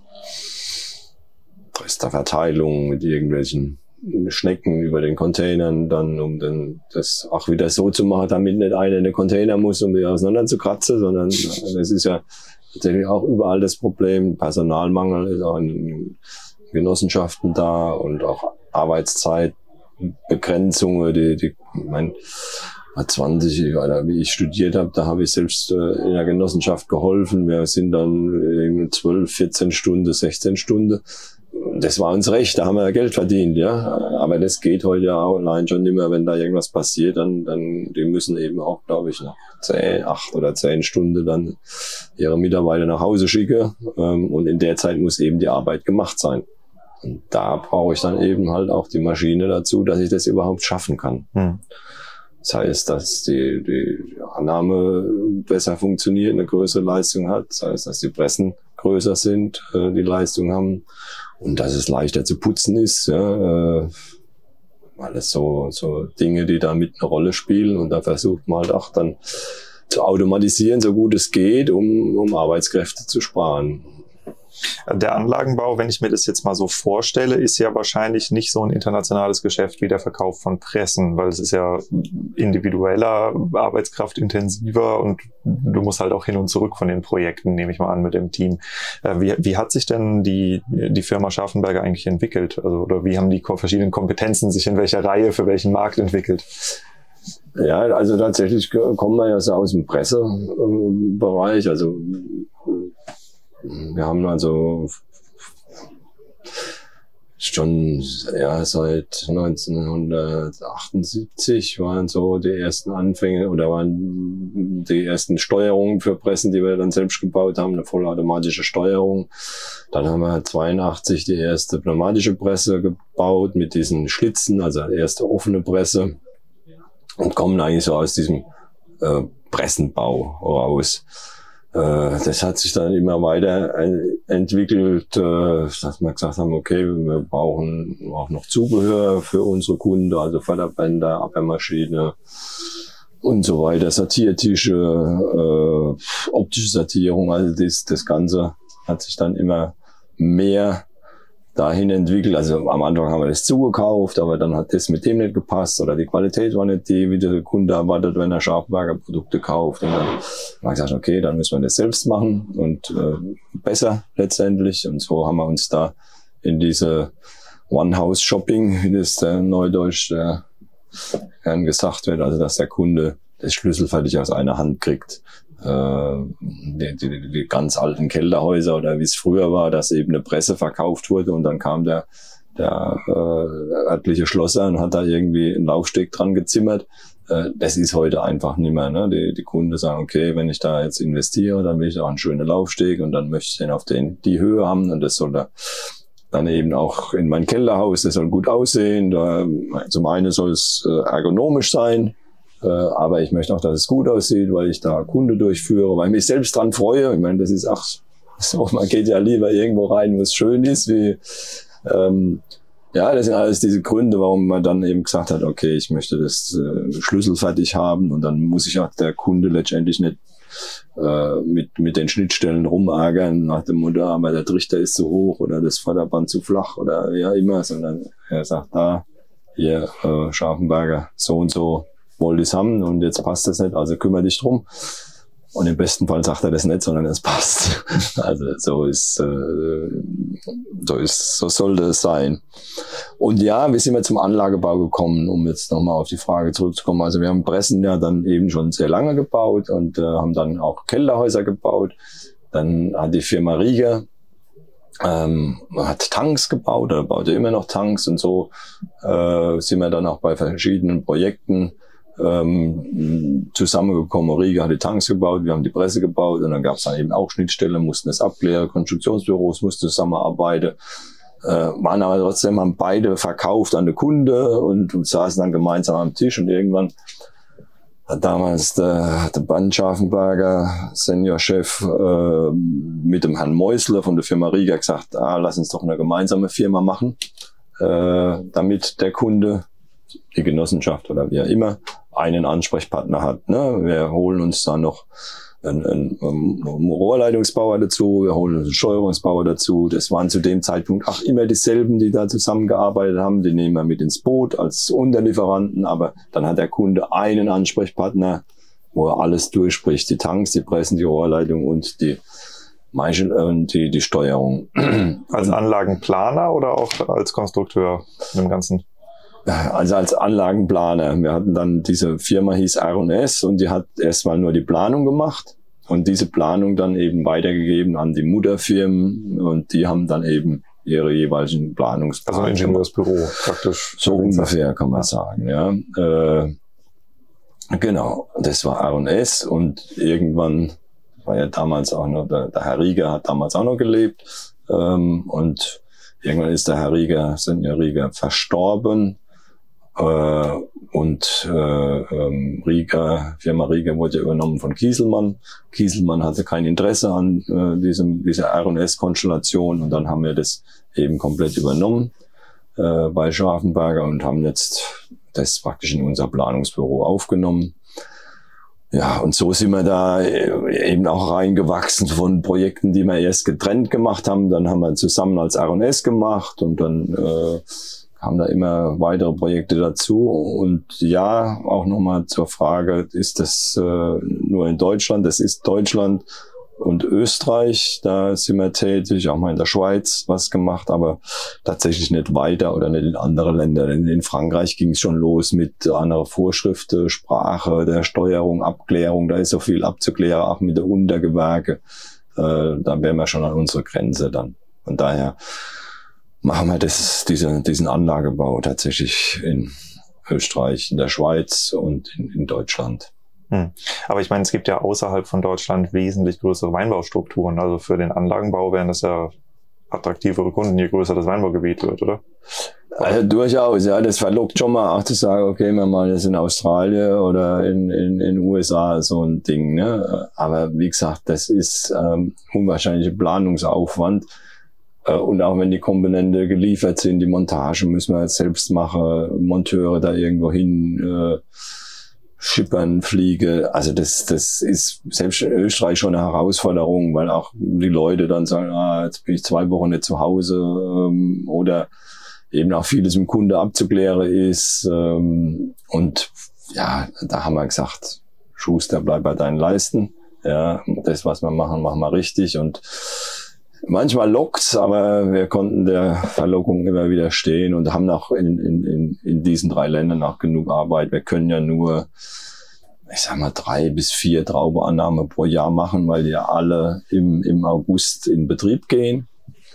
Tresterverteilung mit irgendwelchen Schnecken über den Containern, dann um das auch wieder so zu machen, damit nicht einer in den Container muss, um die auseinander zu kratzen, sondern das ist ja tatsächlich auch überall das Problem. Personalmangel ist auch in Genossenschaften da, und auch Arbeitszeitbegrenzungen, ich meine, 20, oder wie ich studiert habe, da habe ich selbst in der Genossenschaft geholfen. Wir sind dann 12, 14 Stunden, 16 Stunden. Das war uns recht, da haben wir Geld verdient, ja. Aber das geht heute ja auch allein schon nicht mehr, wenn da irgendwas passiert, dann die müssen eben auch, glaube ich, nach 8 oder 10 Stunden dann ihre Mitarbeiter nach Hause schicken. Und in der Zeit muss eben die Arbeit gemacht sein. Und da brauche ich dann eben halt auch die Maschine dazu, dass ich das überhaupt schaffen kann. Das heißt, dass die Annahme besser funktioniert, eine größere Leistung hat. Das heißt, dass die Pressen größer sind, die Leistung haben, und dass es leichter zu putzen ist. Ja, alles so Dinge, die da mit eine Rolle spielen. Und da versucht man halt auch dann zu automatisieren, so gut es geht, um Arbeitskräfte zu sparen. Der Anlagenbau, wenn ich mir das jetzt mal so vorstelle, ist ja wahrscheinlich nicht so ein internationales Geschäft wie der Verkauf von Pressen, weil es ist ja individueller, arbeitskraftintensiver, und du musst halt auch hin und zurück von den Projekten, nehme ich mal an, mit dem Team. Wie hat sich denn die Firma Scharfenberger eigentlich entwickelt? Also, oder wie haben die verschiedenen Kompetenzen sich in welcher Reihe für welchen Markt entwickelt? Ja, also tatsächlich kommen wir ja so aus dem Pressebereich. Also wir haben also schon seit 1978 waren so die ersten Anfänge, oder waren die ersten Steuerungen für Pressen, die wir dann selbst gebaut haben, eine vollautomatische Steuerung. Dann haben wir 82 die erste pneumatische Presse gebaut mit diesen Schlitzen, also erste offene Presse, und kommen eigentlich so aus diesem Pressenbau raus. Das hat sich dann immer weiter entwickelt, dass wir gesagt haben, okay, wir brauchen auch noch Zubehör für unsere Kunden, also Förderbänder, Abwehrmaschine und so weiter, Sortiertische, optische Sortierung, also das Ganze hat sich dann immer mehr dahin entwickelt. Also am Anfang haben wir das zugekauft, aber dann hat das mit dem nicht gepasst, oder die Qualität war nicht die, wie der Kunde erwartet, wenn er Scharfenberger Produkte kauft. Und dann haben wir gesagt, okay, dann müssen wir das selbst machen, und besser letztendlich. Und so haben wir uns da in diese One-House-Shopping, wie das Neudeutsch gern gesagt wird, also dass der Kunde das schlüsselfertig aus einer Hand kriegt. Die ganz alten Kellerhäuser, oder wie es früher war, dass eben eine Presse verkauft wurde, und dann kam der örtliche Schlosser und hat da irgendwie einen Laufsteg dran gezimmert. Das ist heute einfach nicht mehr. Ne? Die Kunden sagen, okay, wenn ich da jetzt investiere, dann will ich auch einen schönen Laufsteg, und dann möchte ich den auf die Höhe haben, und das soll da dann eben auch in mein Kellerhaus, das soll gut aussehen. Zum einen soll es ergonomisch sein, aber ich möchte auch, dass es gut aussieht, weil ich da Kunde durchführe, weil ich mich selbst dran freue. Ich meine, das ist auch so, man geht ja lieber irgendwo rein, wo es schön ist, wie das sind alles diese Gründe, warum man dann eben gesagt hat, okay, ich möchte das schlüsselfertig haben, und dann muss sich auch der Kunde letztendlich nicht mit den Schnittstellen rumärgern nach dem Motto, aber der Trichter ist zu hoch oder das Förderband zu flach oder ja immer, sondern er sagt, hier Scharfenberger, so und so wollte ich es haben, und jetzt passt das nicht, also kümmere dich drum. Und im besten Fall sagt er das nicht, sondern es passt. Also so sollte es sein. Und ja, wie sind wir zum Anlagebau gekommen, um jetzt nochmal auf die Frage zurückzukommen. Also wir haben Pressen ja dann eben schon sehr lange gebaut und haben dann auch Kellerhäuser gebaut. Dann hat die Firma Rieger hat Tanks gebaut, oder baute immer noch Tanks, und so sind wir dann auch bei verschiedenen Projekten zusammengekommen. Riga hat die Tanks gebaut, wir haben die Presse gebaut und dann gab es dann eben auch Schnittstellen, mussten das abklären, Konstruktionsbüros mussten zusammenarbeiten, waren aber trotzdem, haben beide verkauft an den Kunde und saßen dann gemeinsam am Tisch und irgendwann hat damals der Bernd Scharfenberger, Seniorchef, mit dem Herrn Meusler von der Firma Riga gesagt, lass uns doch eine gemeinsame Firma machen, damit der Kunde, die Genossenschaft oder wie auch immer, einen Ansprechpartner hat. Ne? Wir holen uns da noch einen Rohrleitungsbauer dazu, wir holen uns einen Steuerungsbauer dazu. Das waren zu dem Zeitpunkt auch immer dieselben, die da zusammengearbeitet haben. Die nehmen wir mit ins Boot als Unterlieferanten, aber dann hat der Kunde einen Ansprechpartner, wo er alles durchspricht. Die Tanks, die Pressen, die Rohrleitung und die die Steuerung. Als Anlagenplaner oder auch als Konstrukteur im Ganzen? Also als Anlagenplaner. Wir hatten dann, diese Firma hieß R&S und die hat erstmal nur die Planung gemacht und diese Planung dann eben weitergegeben an die Mutterfirmen und die haben dann eben ihre jeweiligen Planungsplaner. Also ein Ingenieursbüro praktisch. So ungefähr kann man sagen, ja. Genau, das war R&S und irgendwann war ja damals auch noch, der Herr Rieger hat damals auch noch gelebt und irgendwann ist der Herr Rieger, Senior Rieger, verstorben. Firma Rieger wurde übernommen von Kieselmann. Kieselmann hatte kein Interesse an dieser R&S-Konstellation und dann haben wir das eben komplett übernommen bei Scharfenberger und haben jetzt das praktisch in unser Planungsbüro aufgenommen. Ja, und so sind wir da eben auch reingewachsen von Projekten, die wir erst getrennt gemacht haben. Dann haben wir zusammen als R&S gemacht und dann kamen da immer weitere Projekte dazu. Und ja, auch nochmal zur Frage, ist das nur in Deutschland? Das ist Deutschland und Österreich, da sind wir tätig, auch mal in der Schweiz was gemacht, aber tatsächlich nicht weiter oder nicht in andere Länder. In Frankreich ging es schon los mit anderen Vorschriften, Sprache, der Steuerung, Abklärung, da ist so viel abzuklären, auch mit der Untergewerke. Da wären wir schon an unserer Grenze dann. Von daher machen wir diesen Anlagebau tatsächlich in Österreich, in der Schweiz und in Deutschland. Aber ich meine, es gibt ja außerhalb von Deutschland wesentlich größere Weinbaustrukturen. Also für den Anlagenbau wären das ja attraktivere Kunden, je größer das Weinbaugebiet wird, oder? Also durchaus, ja. Das verlockt schon mal auch zu sagen, okay, wir machen das in Australien oder in USA so ein Ding, ne? Aber wie gesagt, das ist unwahrscheinlicher Planungsaufwand. Und auch wenn die Komponente geliefert sind, die Montage müssen wir jetzt selbst machen, Monteure da irgendwo hin schippern, fliege. Also das ist selbst in Österreich schon eine Herausforderung, weil auch die Leute dann sagen, jetzt bin ich 2 Wochen nicht zu Hause oder eben auch vieles im Kunde abzuklären ist. Und ja, da haben wir gesagt, Schuster, bleib bei deinen Leisten. Ja, das, was wir machen, machen wir richtig. Und manchmal lockt's, aber wir konnten der Verlockung immer widerstehen und haben auch in diesen 3 Ländern auch genug Arbeit. Wir können ja nur, ich sag mal, 3 bis 4 Traubenannahmen pro Jahr machen, weil die ja alle im August in Betrieb gehen,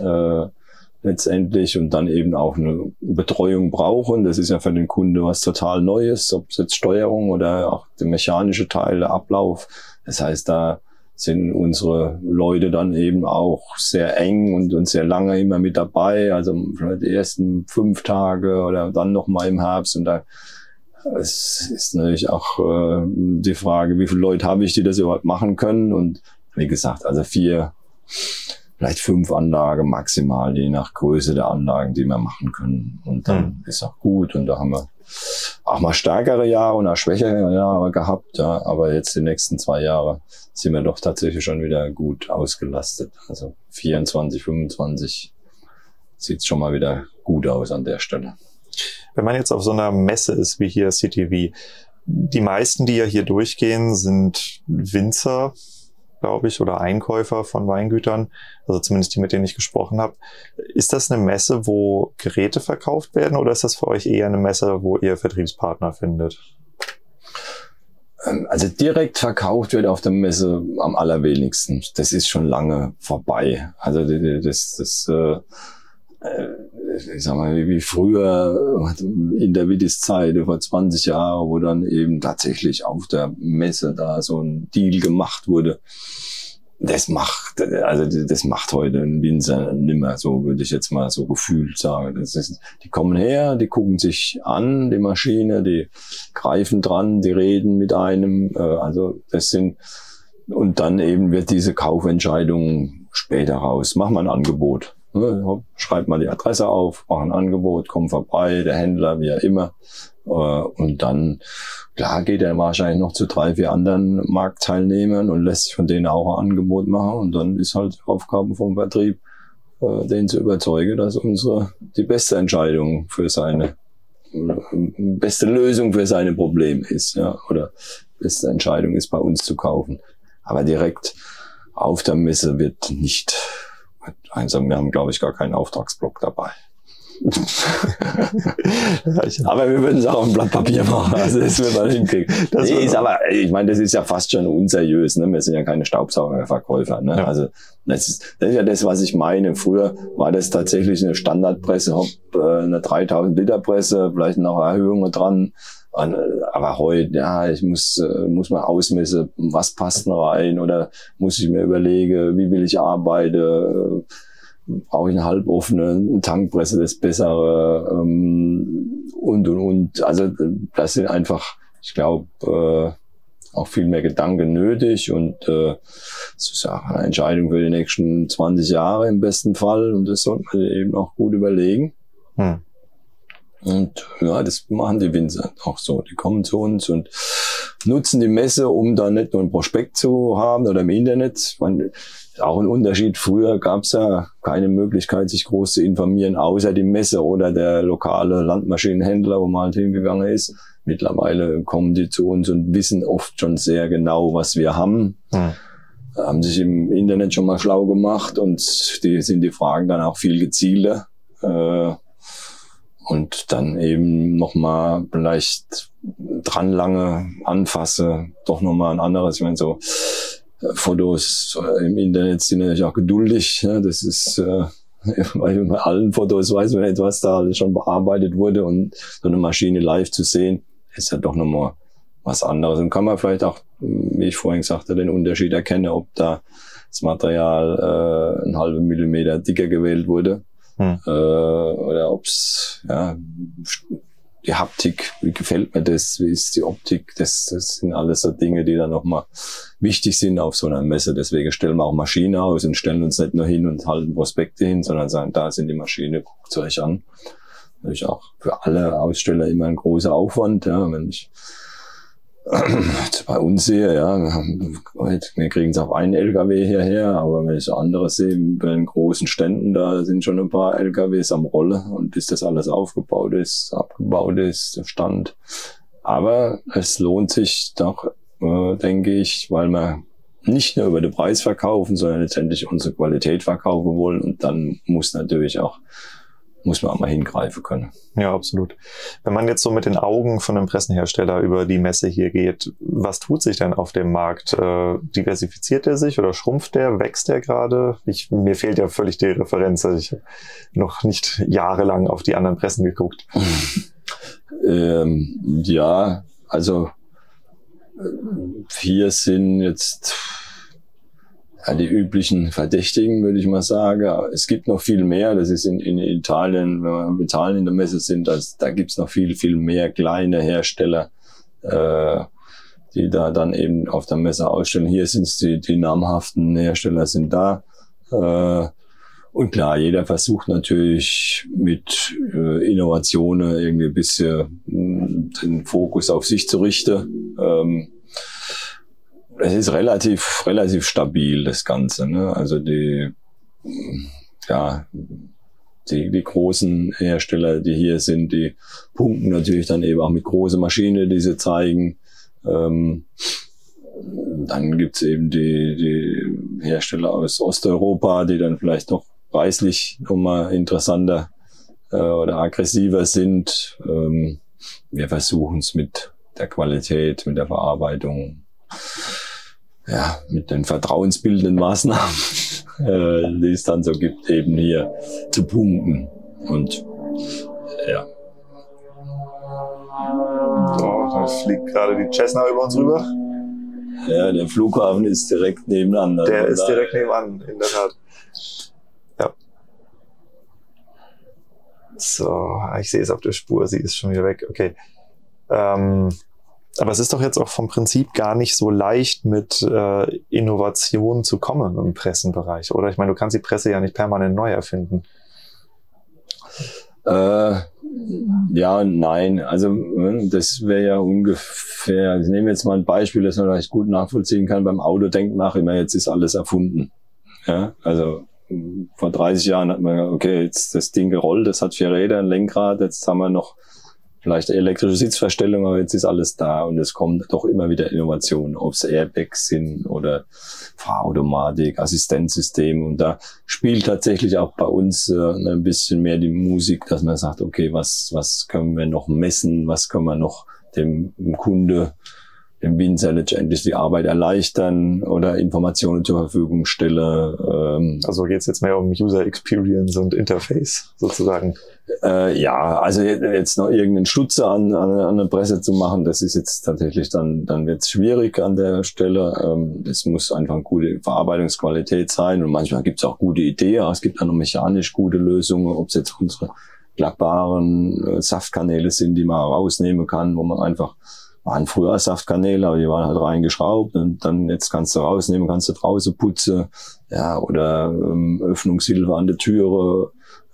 letztendlich, und dann eben auch eine Betreuung brauchen. Das ist ja für den Kunde was total Neues, ob es jetzt Steuerung oder auch der mechanische Teil, der Ablauf. Das heißt, da sind unsere Leute dann eben auch sehr eng und sehr lange immer mit dabei. Also vielleicht die ersten 5 Tage oder dann nochmal im Herbst. Und da es ist natürlich auch die Frage, wie viele Leute habe ich, die das überhaupt machen können. Und wie gesagt, also 4, vielleicht 5 Anlagen maximal, je nach Größe der Anlagen, die wir machen können. Und dann ist auch gut. Und da haben wir auch mal stärkere Jahre und auch schwächere Jahre gehabt, ja, aber jetzt die nächsten 2 Jahre sind wir doch tatsächlich schon wieder gut ausgelastet. Also 24, 25 sieht schon mal wieder gut aus an der Stelle. Wenn man jetzt auf so einer Messe ist wie hier CTV, die meisten, die ja hier durchgehen, sind Winzer, glaube ich, oder Einkäufer von Weingütern, also zumindest die, mit denen ich gesprochen habe. Ist das eine Messe, wo Geräte verkauft werden, oder ist das für euch eher eine Messe, wo ihr Vertriebspartner findet? Also direkt verkauft wird auf der Messe am allerwenigsten. Das ist schon lange vorbei. Also ich sag mal, wie früher in der Wittes-Zeit, vor 20 Jahren, wo dann eben tatsächlich auf der Messe da so ein Deal gemacht wurde. Das macht heute ein Winzer nimmer, so würde ich jetzt mal so gefühlt sagen. Die kommen her, die gucken sich an, die Maschine, die greifen dran, die reden mit einem, und dann eben wird diese Kaufentscheidung später raus. Mach mal ein Angebot. Schreib mal die Adresse auf, mach ein Angebot, komm vorbei, der Händler, wie auch immer. Und dann, klar, geht er wahrscheinlich noch zu 3, 4 anderen Marktteilnehmern und lässt sich von denen auch ein Angebot machen. Und dann ist halt die Aufgabe vom Vertrieb, den zu überzeugen, dass die beste Entscheidung für beste Lösung für seine Probleme ist, ja, oder beste Entscheidung ist, bei uns zu kaufen. Aber direkt auf der Messe wird nicht, wir haben, glaube ich, gar keinen Auftragsblock dabei. Aber wir würden es auch auf ein Blatt Papier machen, also das wird man hinkriegen. Aber ich meine, das ist ja fast schon unseriös, ne? Wir sind ja keine Staubsaugerverkäufer, ne? Ja. Also das ist ja das, was ich meine. Früher war das tatsächlich eine Standardpresse, eine 3000 Liter Presse, vielleicht noch Erhöhungen dran. Aber heute, ja, ich muss mal ausmessen, was passt noch rein, oder muss ich mir überlegen, wie will ich arbeiten, brauche ich eine halboffene Tankpresse, das Bessere, und. Also das sind einfach, ich glaube, auch viel mehr Gedanken nötig, und es ist ja eine Entscheidung für die nächsten 20 Jahre im besten Fall, und das sollte man eben auch gut überlegen. Und ja, das machen die Winzer auch so. Die kommen zu uns und nutzen die Messe, um da nicht nur ein Prospekt zu haben oder im Internet. Ich meine, auch ein Unterschied. Früher gab es ja keine Möglichkeit, sich groß zu informieren, außer die Messe oder der lokale Landmaschinenhändler, wo man halt hingegangen ist. Mittlerweile kommen die zu uns und wissen oft schon sehr genau, was wir haben. Haben sich im Internet schon mal schlau gemacht, und die Fragen dann auch viel gezielter. Und dann eben nochmal vielleicht dran lange anfasse, doch nochmal ein anderes. Ich meine, so Fotos im Internet sind natürlich auch geduldig. Ja, das ist, weil bei allen Fotos weiß man nicht, was da alles schon bearbeitet wurde, und so eine Maschine live zu sehen, ist ja doch nochmal was anderes. Und kann man vielleicht auch, wie ich vorhin sagte, den Unterschied erkennen, ob da das Material einen halben Millimeter dicker gewählt wurde. Oder ob's, ja, die Haptik, wie gefällt mir das, wie ist die Optik, das sind alles so Dinge, die dann nochmal wichtig sind auf so einer Messe. Deswegen stellen wir auch Maschinen aus und stellen uns nicht nur hin und halten Prospekte hin, sondern sagen, da sind die Maschine, guckt euch an. Natürlich auch für alle Aussteller immer ein großer Aufwand, ja, wenn ich bei uns sehe, ja, wir kriegen es auf einen LKW hierher, aber wenn ich so andere sehe, bei den großen Ständen, da sind schon ein paar LKWs am Rolle, und bis das alles aufgebaut ist, abgebaut ist, der Stand. Aber es lohnt sich doch, denke ich, weil wir nicht nur über den Preis verkaufen, sondern letztendlich unsere Qualität verkaufen wollen, und dann muss man auch mal hingreifen können. Ja, absolut. Wenn man jetzt so mit den Augen von einem Pressenhersteller über die Messe hier geht, was tut sich denn auf dem Markt? Diversifiziert er sich oder schrumpft der? Wächst der gerade? Mir fehlt ja völlig die Referenz. Also ich habe noch nicht jahrelang auf die anderen Pressen geguckt. Ja, also hier sind jetzt die üblichen Verdächtigen, würde ich mal sagen. Es gibt noch viel mehr. Das ist in Italien, wenn wir in Italien in der Messe sind, da gibt's noch viel, viel mehr kleine Hersteller, die da dann eben auf der Messe ausstellen. Hier sind es die namhaften Hersteller sind da. Und klar, jeder versucht natürlich mit Innovationen irgendwie ein bisschen den Fokus auf sich zu richten. Es ist relativ stabil, das Ganze, ne? Also die großen Hersteller, die hier sind, die punkten natürlich dann eben auch mit großen Maschinen, die sie zeigen. Dann gibt's eben die Hersteller aus Osteuropa, die dann vielleicht noch preislich nochmal interessanter oder aggressiver sind. Wir versuchen es mit der Qualität, mit der Verarbeitung, ja, mit den vertrauensbildenden Maßnahmen, die es dann so gibt, eben hier zu punkten. Und ja. So, da fliegt gerade die Cessna über uns rüber. Ja, der Flughafen ist direkt nebenan. Der ist direkt nebenan, in der Tat. Ja. So, ich sehe es auf der Spur, sie ist schon wieder weg. Okay. Aber es ist doch jetzt auch vom Prinzip gar nicht so leicht, mit Innovationen zu kommen im Pressenbereich, oder? Ich meine, du kannst die Presse ja nicht permanent neu erfinden. Ja, nein. Also das wäre ja ungefähr, ich nehme jetzt mal ein Beispiel, das man vielleicht gut nachvollziehen kann. Beim Auto denkt man auch immer, jetzt ist alles erfunden. Ja, also vor 30 Jahren hat man gesagt, okay, jetzt das Ding gerollt, das hat 4 Räder, ein Lenkrad, jetzt haben wir noch vielleicht elektrische Sitzverstellung, aber jetzt ist alles da und es kommt doch immer wieder Innovationen, ob es Airbags sind oder Fahrautomatik, Assistenzsystem, und da spielt tatsächlich auch bei uns ein bisschen mehr die Musik, dass man sagt, okay, was können wir noch messen, was können wir noch dem Kunde, dem Winzer letztendlich die Arbeit erleichtern oder Informationen zur Verfügung stellen. Also geht es jetzt mehr um User Experience und Interface sozusagen? Ja, also jetzt noch irgendeinen Stutzer an eine Presse zu machen, das ist jetzt tatsächlich dann wird es schwierig an der Stelle. Es muss einfach eine gute Verarbeitungsqualität sein und manchmal gibt es auch gute Ideen. Es gibt auch noch mechanisch gute Lösungen, ob es jetzt unsere klappbaren Saftkanäle sind, die man rausnehmen kann, wo man einfach, waren früher Saftkanäle, aber die waren halt reingeschraubt und dann jetzt kannst du rausnehmen, kannst du draußen putzen, ja, oder Öffnungshilfe an der Türe,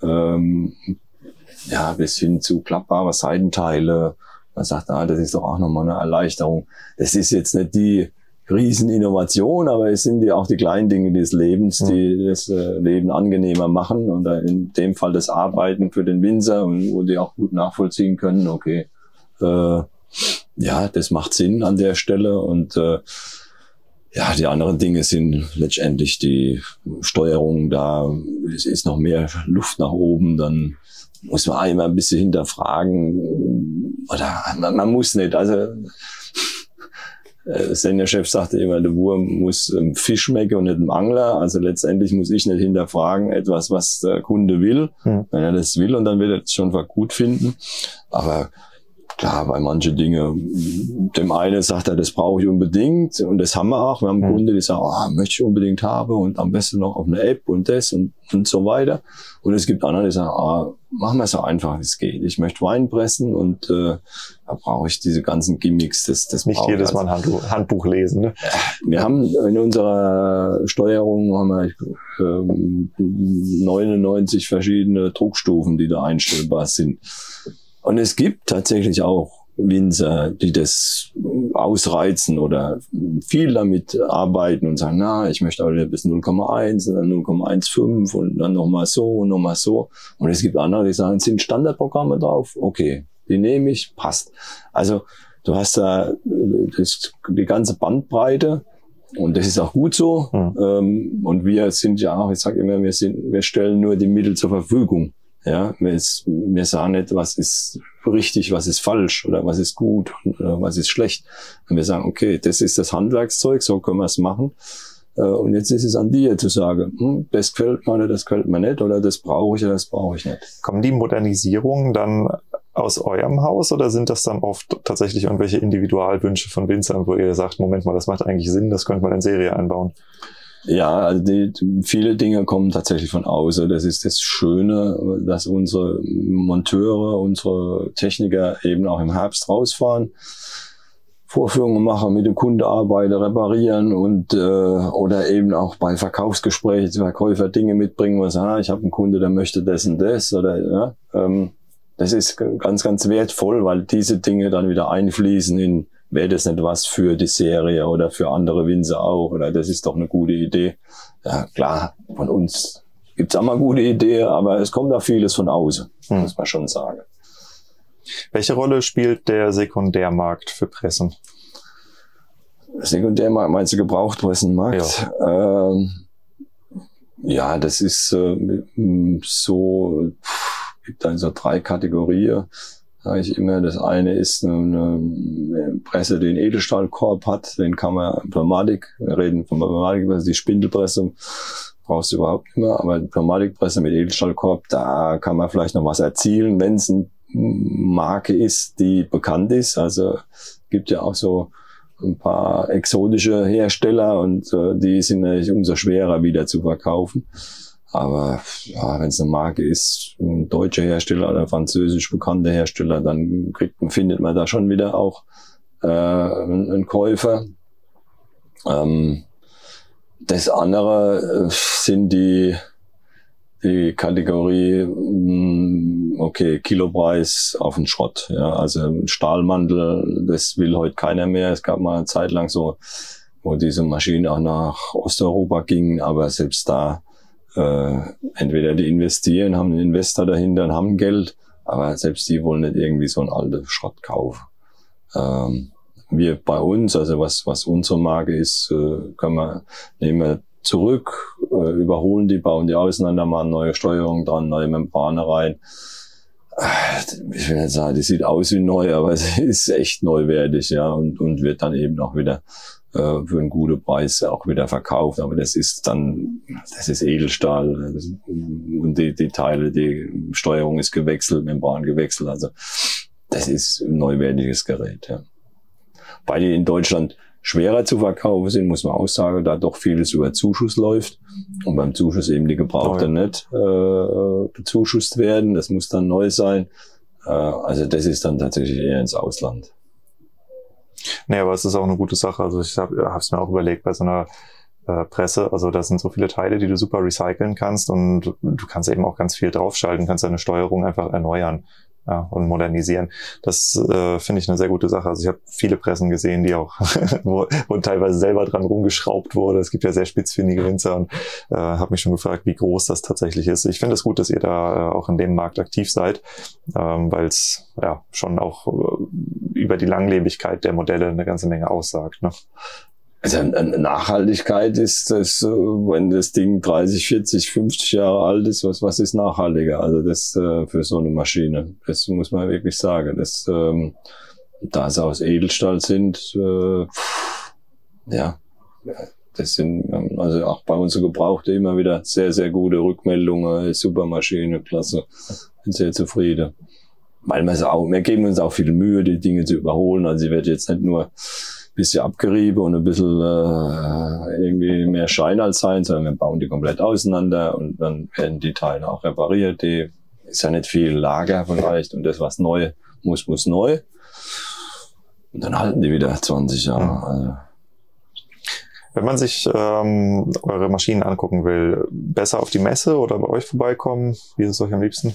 ja, bis hin zu klappbare Seitenteile. Man sagt, das ist doch auch nochmal eine Erleichterung. Es ist jetzt nicht die Rieseninnovation, aber es sind auch die kleinen Dinge des Lebens, die das Leben angenehmer machen und in dem Fall das Arbeiten für den Winzer und wo die auch gut nachvollziehen können, okay, ja, das macht Sinn an der Stelle und ja, die anderen Dinge sind letztendlich die Steuerung, da es ist noch mehr Luft nach oben, dann muss man einmal ein bisschen hinterfragen oder man muss nicht, also der Seniorchef sagte immer, der Wurm muss Fisch schmecken und nicht dem Angler, also letztendlich muss ich nicht hinterfragen etwas, was der Kunde will, wenn er das will und dann wird er es schon gut finden, aber klar, bei manchen Dingen, dem einen sagt er, das brauche ich unbedingt und das haben wir auch. Wir haben Kunden, die sagen, möchte ich unbedingt haben und am besten noch auf eine App und das und so weiter. Und es gibt andere, die sagen, machen wir es so einfach, wie es geht. Ich möchte Wein pressen und da brauche ich diese ganzen Gimmicks. Das nicht jedes Mal ein Handbuch lesen. Ne? Wir haben in unserer Steuerung 99 verschiedene Druckstufen, die da einstellbar sind. Und es gibt tatsächlich auch Winzer, die das ausreizen oder viel damit arbeiten und sagen, ich möchte aber bis 0,1 und dann 0,15 und dann nochmal so und nochmal so. Und es gibt andere, die sagen, es sind Standardprogramme drauf, okay, die nehme ich, passt. Also du hast da die ganze Bandbreite und das ist auch gut so. Und wir sind ja auch, ich sage immer, wir stellen nur die Mittel zur Verfügung. Ja, wir sagen nicht, was ist richtig, was ist falsch oder was ist gut oder was ist schlecht. Und wir sagen, okay, das ist das Handwerkszeug, so können wir es machen. Und jetzt ist es an dir zu sagen, das gefällt mir oder das gefällt mir nicht oder das brauche ich oder das brauche ich nicht. Kommen die Modernisierungen dann aus eurem Haus oder sind das dann oft tatsächlich irgendwelche Individualwünsche von Winzern, wo ihr sagt, Moment mal, das macht eigentlich Sinn, das könnte man in Serie einbauen? Ja, also viele Dinge kommen tatsächlich von außen. Das ist das Schöne, dass unsere Monteure, unsere Techniker eben auch im Herbst rausfahren, Vorführungen machen, mit dem Kunden arbeiten, reparieren und oder eben auch bei Verkaufsgesprächen die Verkäufer Dinge mitbringen, wo sie sagen, ich habe einen Kunde, der möchte das und das oder das ist ganz, ganz wertvoll, weil diese Dinge dann wieder einfließen in, wäre das nicht was für die Serie oder für andere Winzer auch, oder das ist doch eine gute Idee. Ja, klar, von uns gibt's auch mal gute Ideen, aber es kommt da vieles von außen, muss man schon sagen. Welche Rolle spielt der Sekundärmarkt für Pressen? Sekundärmarkt, meinst du Gebrauchtpressenmarkt? Ja, das ist so, gibt dann so 3 Kategorien. Sage ich immer, das eine ist eine Presse, die einen Edelstahlkorb hat, den kann man Pneumatik, wir reden von Pneumatik, also die Spindelpresse, brauchst du überhaupt nicht mehr. Aber Pneumatikpresse mit Edelstahlkorb, da kann man vielleicht noch was erzielen, wenn es eine Marke ist, die bekannt ist. Also gibt ja auch so ein paar exotische Hersteller und die sind natürlich umso schwerer wieder zu verkaufen. Aber ja, wenn es eine Marke ist, ein deutscher Hersteller oder französisch bekannter Hersteller, dann findet man da schon wieder auch einen Käufer. Das andere sind die Kategorie, okay, Kilopreis auf den Schrott. Ja, also ein Stahlmantel, das will heute keiner mehr. Es gab mal eine Zeit lang so, wo diese Maschinen auch nach Osteuropa gingen, aber selbst da, entweder die investieren, haben einen Investor dahinter und haben Geld, aber selbst die wollen nicht irgendwie so einen alten Schrott kaufen. Wir bei uns, also was unsere Marke ist, nehmen wir zurück, überholen die, bauen die auseinander, machen neue Steuerung dran, neue Membrane rein. Ich will nicht sagen, die sieht aus wie neu, aber es ist echt neuwertig, ja, und wird dann eben auch wieder für einen guten Preis auch wieder verkauft. Aber das ist Edelstahl. Und die Teile, die Steuerung ist gewechselt, Membran gewechselt. Also das ist ein neuwertiges Gerät, ja. Weil die in Deutschland schwerer zu verkaufen sind, muss man auch sagen, da doch vieles über Zuschuss läuft. Und beim Zuschuss eben die Gebrauchte nicht bezuschusst werden. Das muss dann neu sein. Also das ist dann tatsächlich eher ins Ausland. Nee, aber es ist auch eine gute Sache. Also ich habe es mir auch überlegt bei so einer Presse. Also das sind so viele Teile, die du super recyceln kannst und du kannst eben auch ganz viel draufschalten, kannst deine Steuerung einfach erneuern. Ja, und modernisieren. Das finde ich eine sehr gute Sache. Also ich habe viele Pressen gesehen, die auch, wo teilweise selber dran rumgeschraubt wurde. Es gibt ja sehr spitzfindige Winzer und habe mich schon gefragt, wie groß das tatsächlich ist. Ich finde es gut, dass ihr da auch in dem Markt aktiv seid, weil es ja schon auch über die Langlebigkeit der Modelle eine ganze Menge aussagt, ne? Also Nachhaltigkeit ist das, wenn das Ding 30, 40, 50 Jahre alt ist, was ist nachhaltiger? Also das für so eine Maschine. Das muss man wirklich sagen. Das, da sie aus Edelstahl sind, ja, das sind also auch bei uns Gebrauchte immer wieder sehr, sehr gute Rückmeldungen. Super Maschine, klasse. Bin sehr zufrieden. Weil wir geben uns auch viel Mühe, die Dinge zu überholen. Also sie wird jetzt nicht nur bisschen abgerieben und ein bisschen irgendwie mehr Schein als sein, sondern wir bauen die komplett auseinander und dann werden die Teile auch repariert. Die ist ja nicht viel Lager vielleicht und das, was neu muss neu. Und dann halten die wieder 20 Jahre. Also. Wenn man sich eure Maschinen angucken will, besser auf die Messe oder bei euch vorbeikommen? Wie ist es euch am liebsten?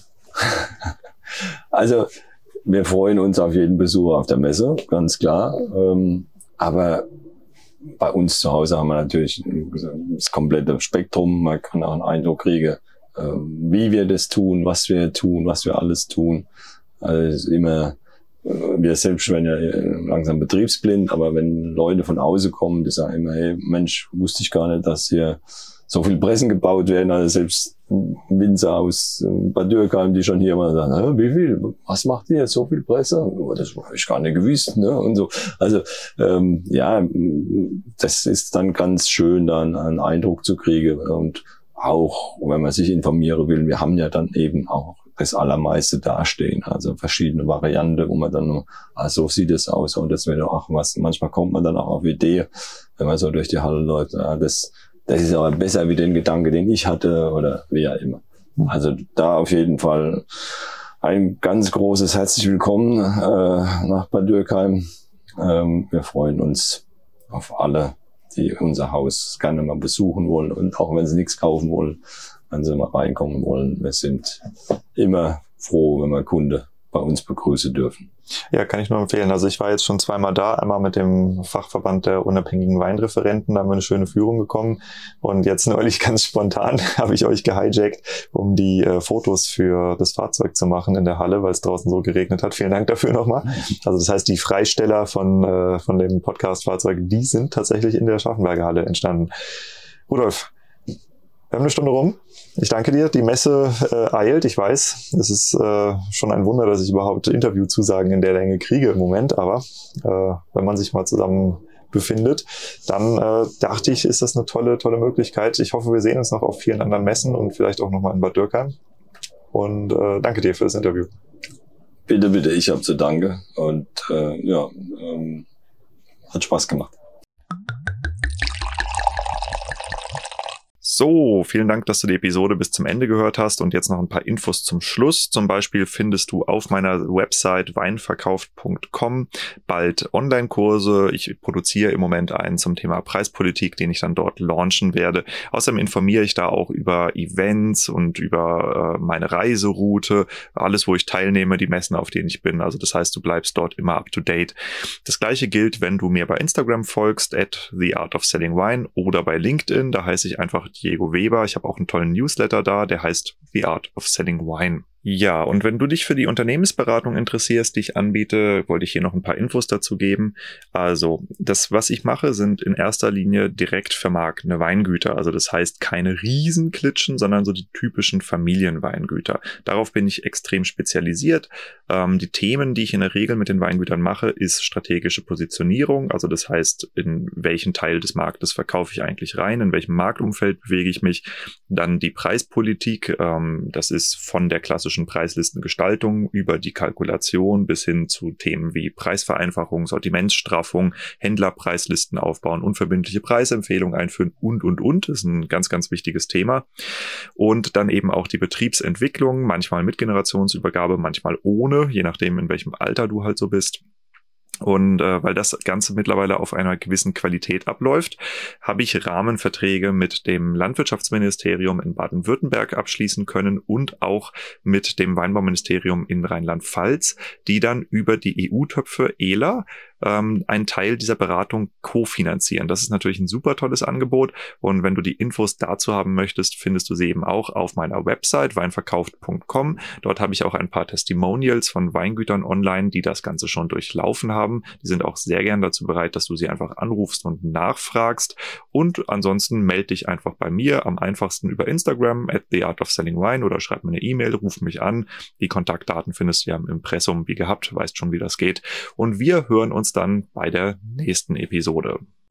Also wir freuen uns auf jeden Besucher auf der Messe, ganz klar. Aber bei uns zu Hause haben wir natürlich das komplette Spektrum. Man kann auch einen Eindruck kriegen, wie wir das tun, was wir alles tun. Also immer, wir selbst werden ja langsam betriebsblind, aber wenn Leute von außen kommen, die sagen immer, hey Mensch, wusste ich gar nicht, dass hier so viel Pressen gebaut werden. Also selbst Winzer aus Bad Dürkheim, die schon hier mal sagen, wie viel, was macht ihr, so viel Presse? Das habe ich gar nicht gewusst, ne? Und so. Also ja, das ist dann ganz schön, da einen Eindruck zu kriegen. Und auch, wenn man sich informieren will, wir haben ja dann eben auch das Allermeiste dastehen. Also verschiedene Varianten, wo man dann nur, so sieht es aus und das wäre auch was. Manchmal kommt man dann auch auf Idee, wenn man so durch die Halle läuft, das ist aber besser wie den Gedanke, den ich hatte oder wie ja immer. Also da auf jeden Fall ein ganz großes herzlich willkommen nach Bad Dürkheim. Wir freuen uns auf alle, die unser Haus gerne mal besuchen wollen und auch wenn sie nichts kaufen wollen, wenn sie mal reinkommen wollen. Wir sind immer froh, wenn wir Kunde bei uns begrüßen dürfen. Ja, kann ich nur empfehlen. Also ich war jetzt schon zweimal da, einmal mit dem Fachverband der unabhängigen Weinreferenten, da haben wir eine schöne Führung bekommen und jetzt neulich ganz spontan habe ich euch gehijackt, um die Fotos für das Fahrzeug zu machen in der Halle, weil es draußen so geregnet hat. Vielen Dank dafür nochmal. Also das heißt, die Freisteller von dem Podcast-Fahrzeug, die sind tatsächlich in der Schaffenberger Halle entstanden. Rudolf, wir haben eine Stunde rum. Ich danke dir. Die Messe eilt, ich weiß. Es ist schon ein Wunder, dass ich überhaupt Interviewzusagen in der Länge kriege im Moment. Aber wenn man sich mal zusammen befindet, dann dachte ich, ist das eine tolle Möglichkeit. Ich hoffe, wir sehen uns noch auf vielen anderen Messen und vielleicht auch nochmal in Bad Dürkheim. Und danke dir für das Interview. Bitte, ich habe zu danken und hat Spaß gemacht. So, vielen Dank, dass du die Episode bis zum Ende gehört hast und jetzt noch ein paar Infos zum Schluss. Zum Beispiel findest du auf meiner Website weinverkauft.com bald Online-Kurse. Ich produziere im Moment einen zum Thema Preispolitik, den ich dann dort launchen werde. Außerdem informiere ich da auch über Events und über meine Reiseroute, alles, wo ich teilnehme, die Messen, auf denen ich bin. Also das heißt, du bleibst dort immer up to date. Das gleiche gilt, wenn du mir bei Instagram folgst, @theartofsellingwine oder bei LinkedIn. Da heiße ich einfach Diego Weber. Ich habe auch einen tollen Newsletter da, der heißt The Art of Selling Wine. Ja, und wenn du dich für die Unternehmensberatung interessierst, die ich anbiete, wollte ich hier noch ein paar Infos dazu geben. Also, das, was ich mache, sind in erster Linie direkt vermarktende Weingüter. Also das heißt keine Riesenklitschen, sondern so die typischen Familienweingüter. Darauf bin ich extrem spezialisiert. Die Themen, die ich in der Regel mit den Weingütern mache, ist strategische Positionierung. Also das heißt, in welchen Teil des Marktes verkaufe ich eigentlich rein, in welchem Marktumfeld bewege ich mich. Dann die Preispolitik, das ist von der klassischen Preislistengestaltung über die Kalkulation bis hin zu Themen wie Preisvereinfachung, Sortimentsstraffung, Händlerpreislisten aufbauen, unverbindliche Preisempfehlungen einführen und. Das ist ein ganz, ganz wichtiges Thema. Und dann eben auch die Betriebsentwicklung, manchmal mit Generationsübergabe, manchmal ohne, je nachdem, in welchem Alter du halt so bist. Und weil das Ganze mittlerweile auf einer gewissen Qualität abläuft, habe ich Rahmenverträge mit dem Landwirtschaftsministerium in Baden-Württemberg abschließen können und auch mit dem Weinbauministerium in Rheinland-Pfalz, die dann über die EU-Töpfe ELA einen Teil dieser Beratung kofinanzieren. Das ist natürlich ein super tolles Angebot und wenn du die Infos dazu haben möchtest, findest du sie eben auch auf meiner Website weinverkauft.com. Dort habe ich auch ein paar Testimonials von Weingütern online, die das Ganze schon durchlaufen haben. Die sind auch sehr gern dazu bereit, dass du sie einfach anrufst und nachfragst. Und ansonsten melde dich einfach bei mir, am einfachsten über Instagram @theartofsellingwine oder schreib mir eine E-Mail, ruf mich an. Die Kontaktdaten findest du ja im Impressum wie gehabt, weißt schon, wie das geht. Und wir hören uns dann bei der nächsten Episode.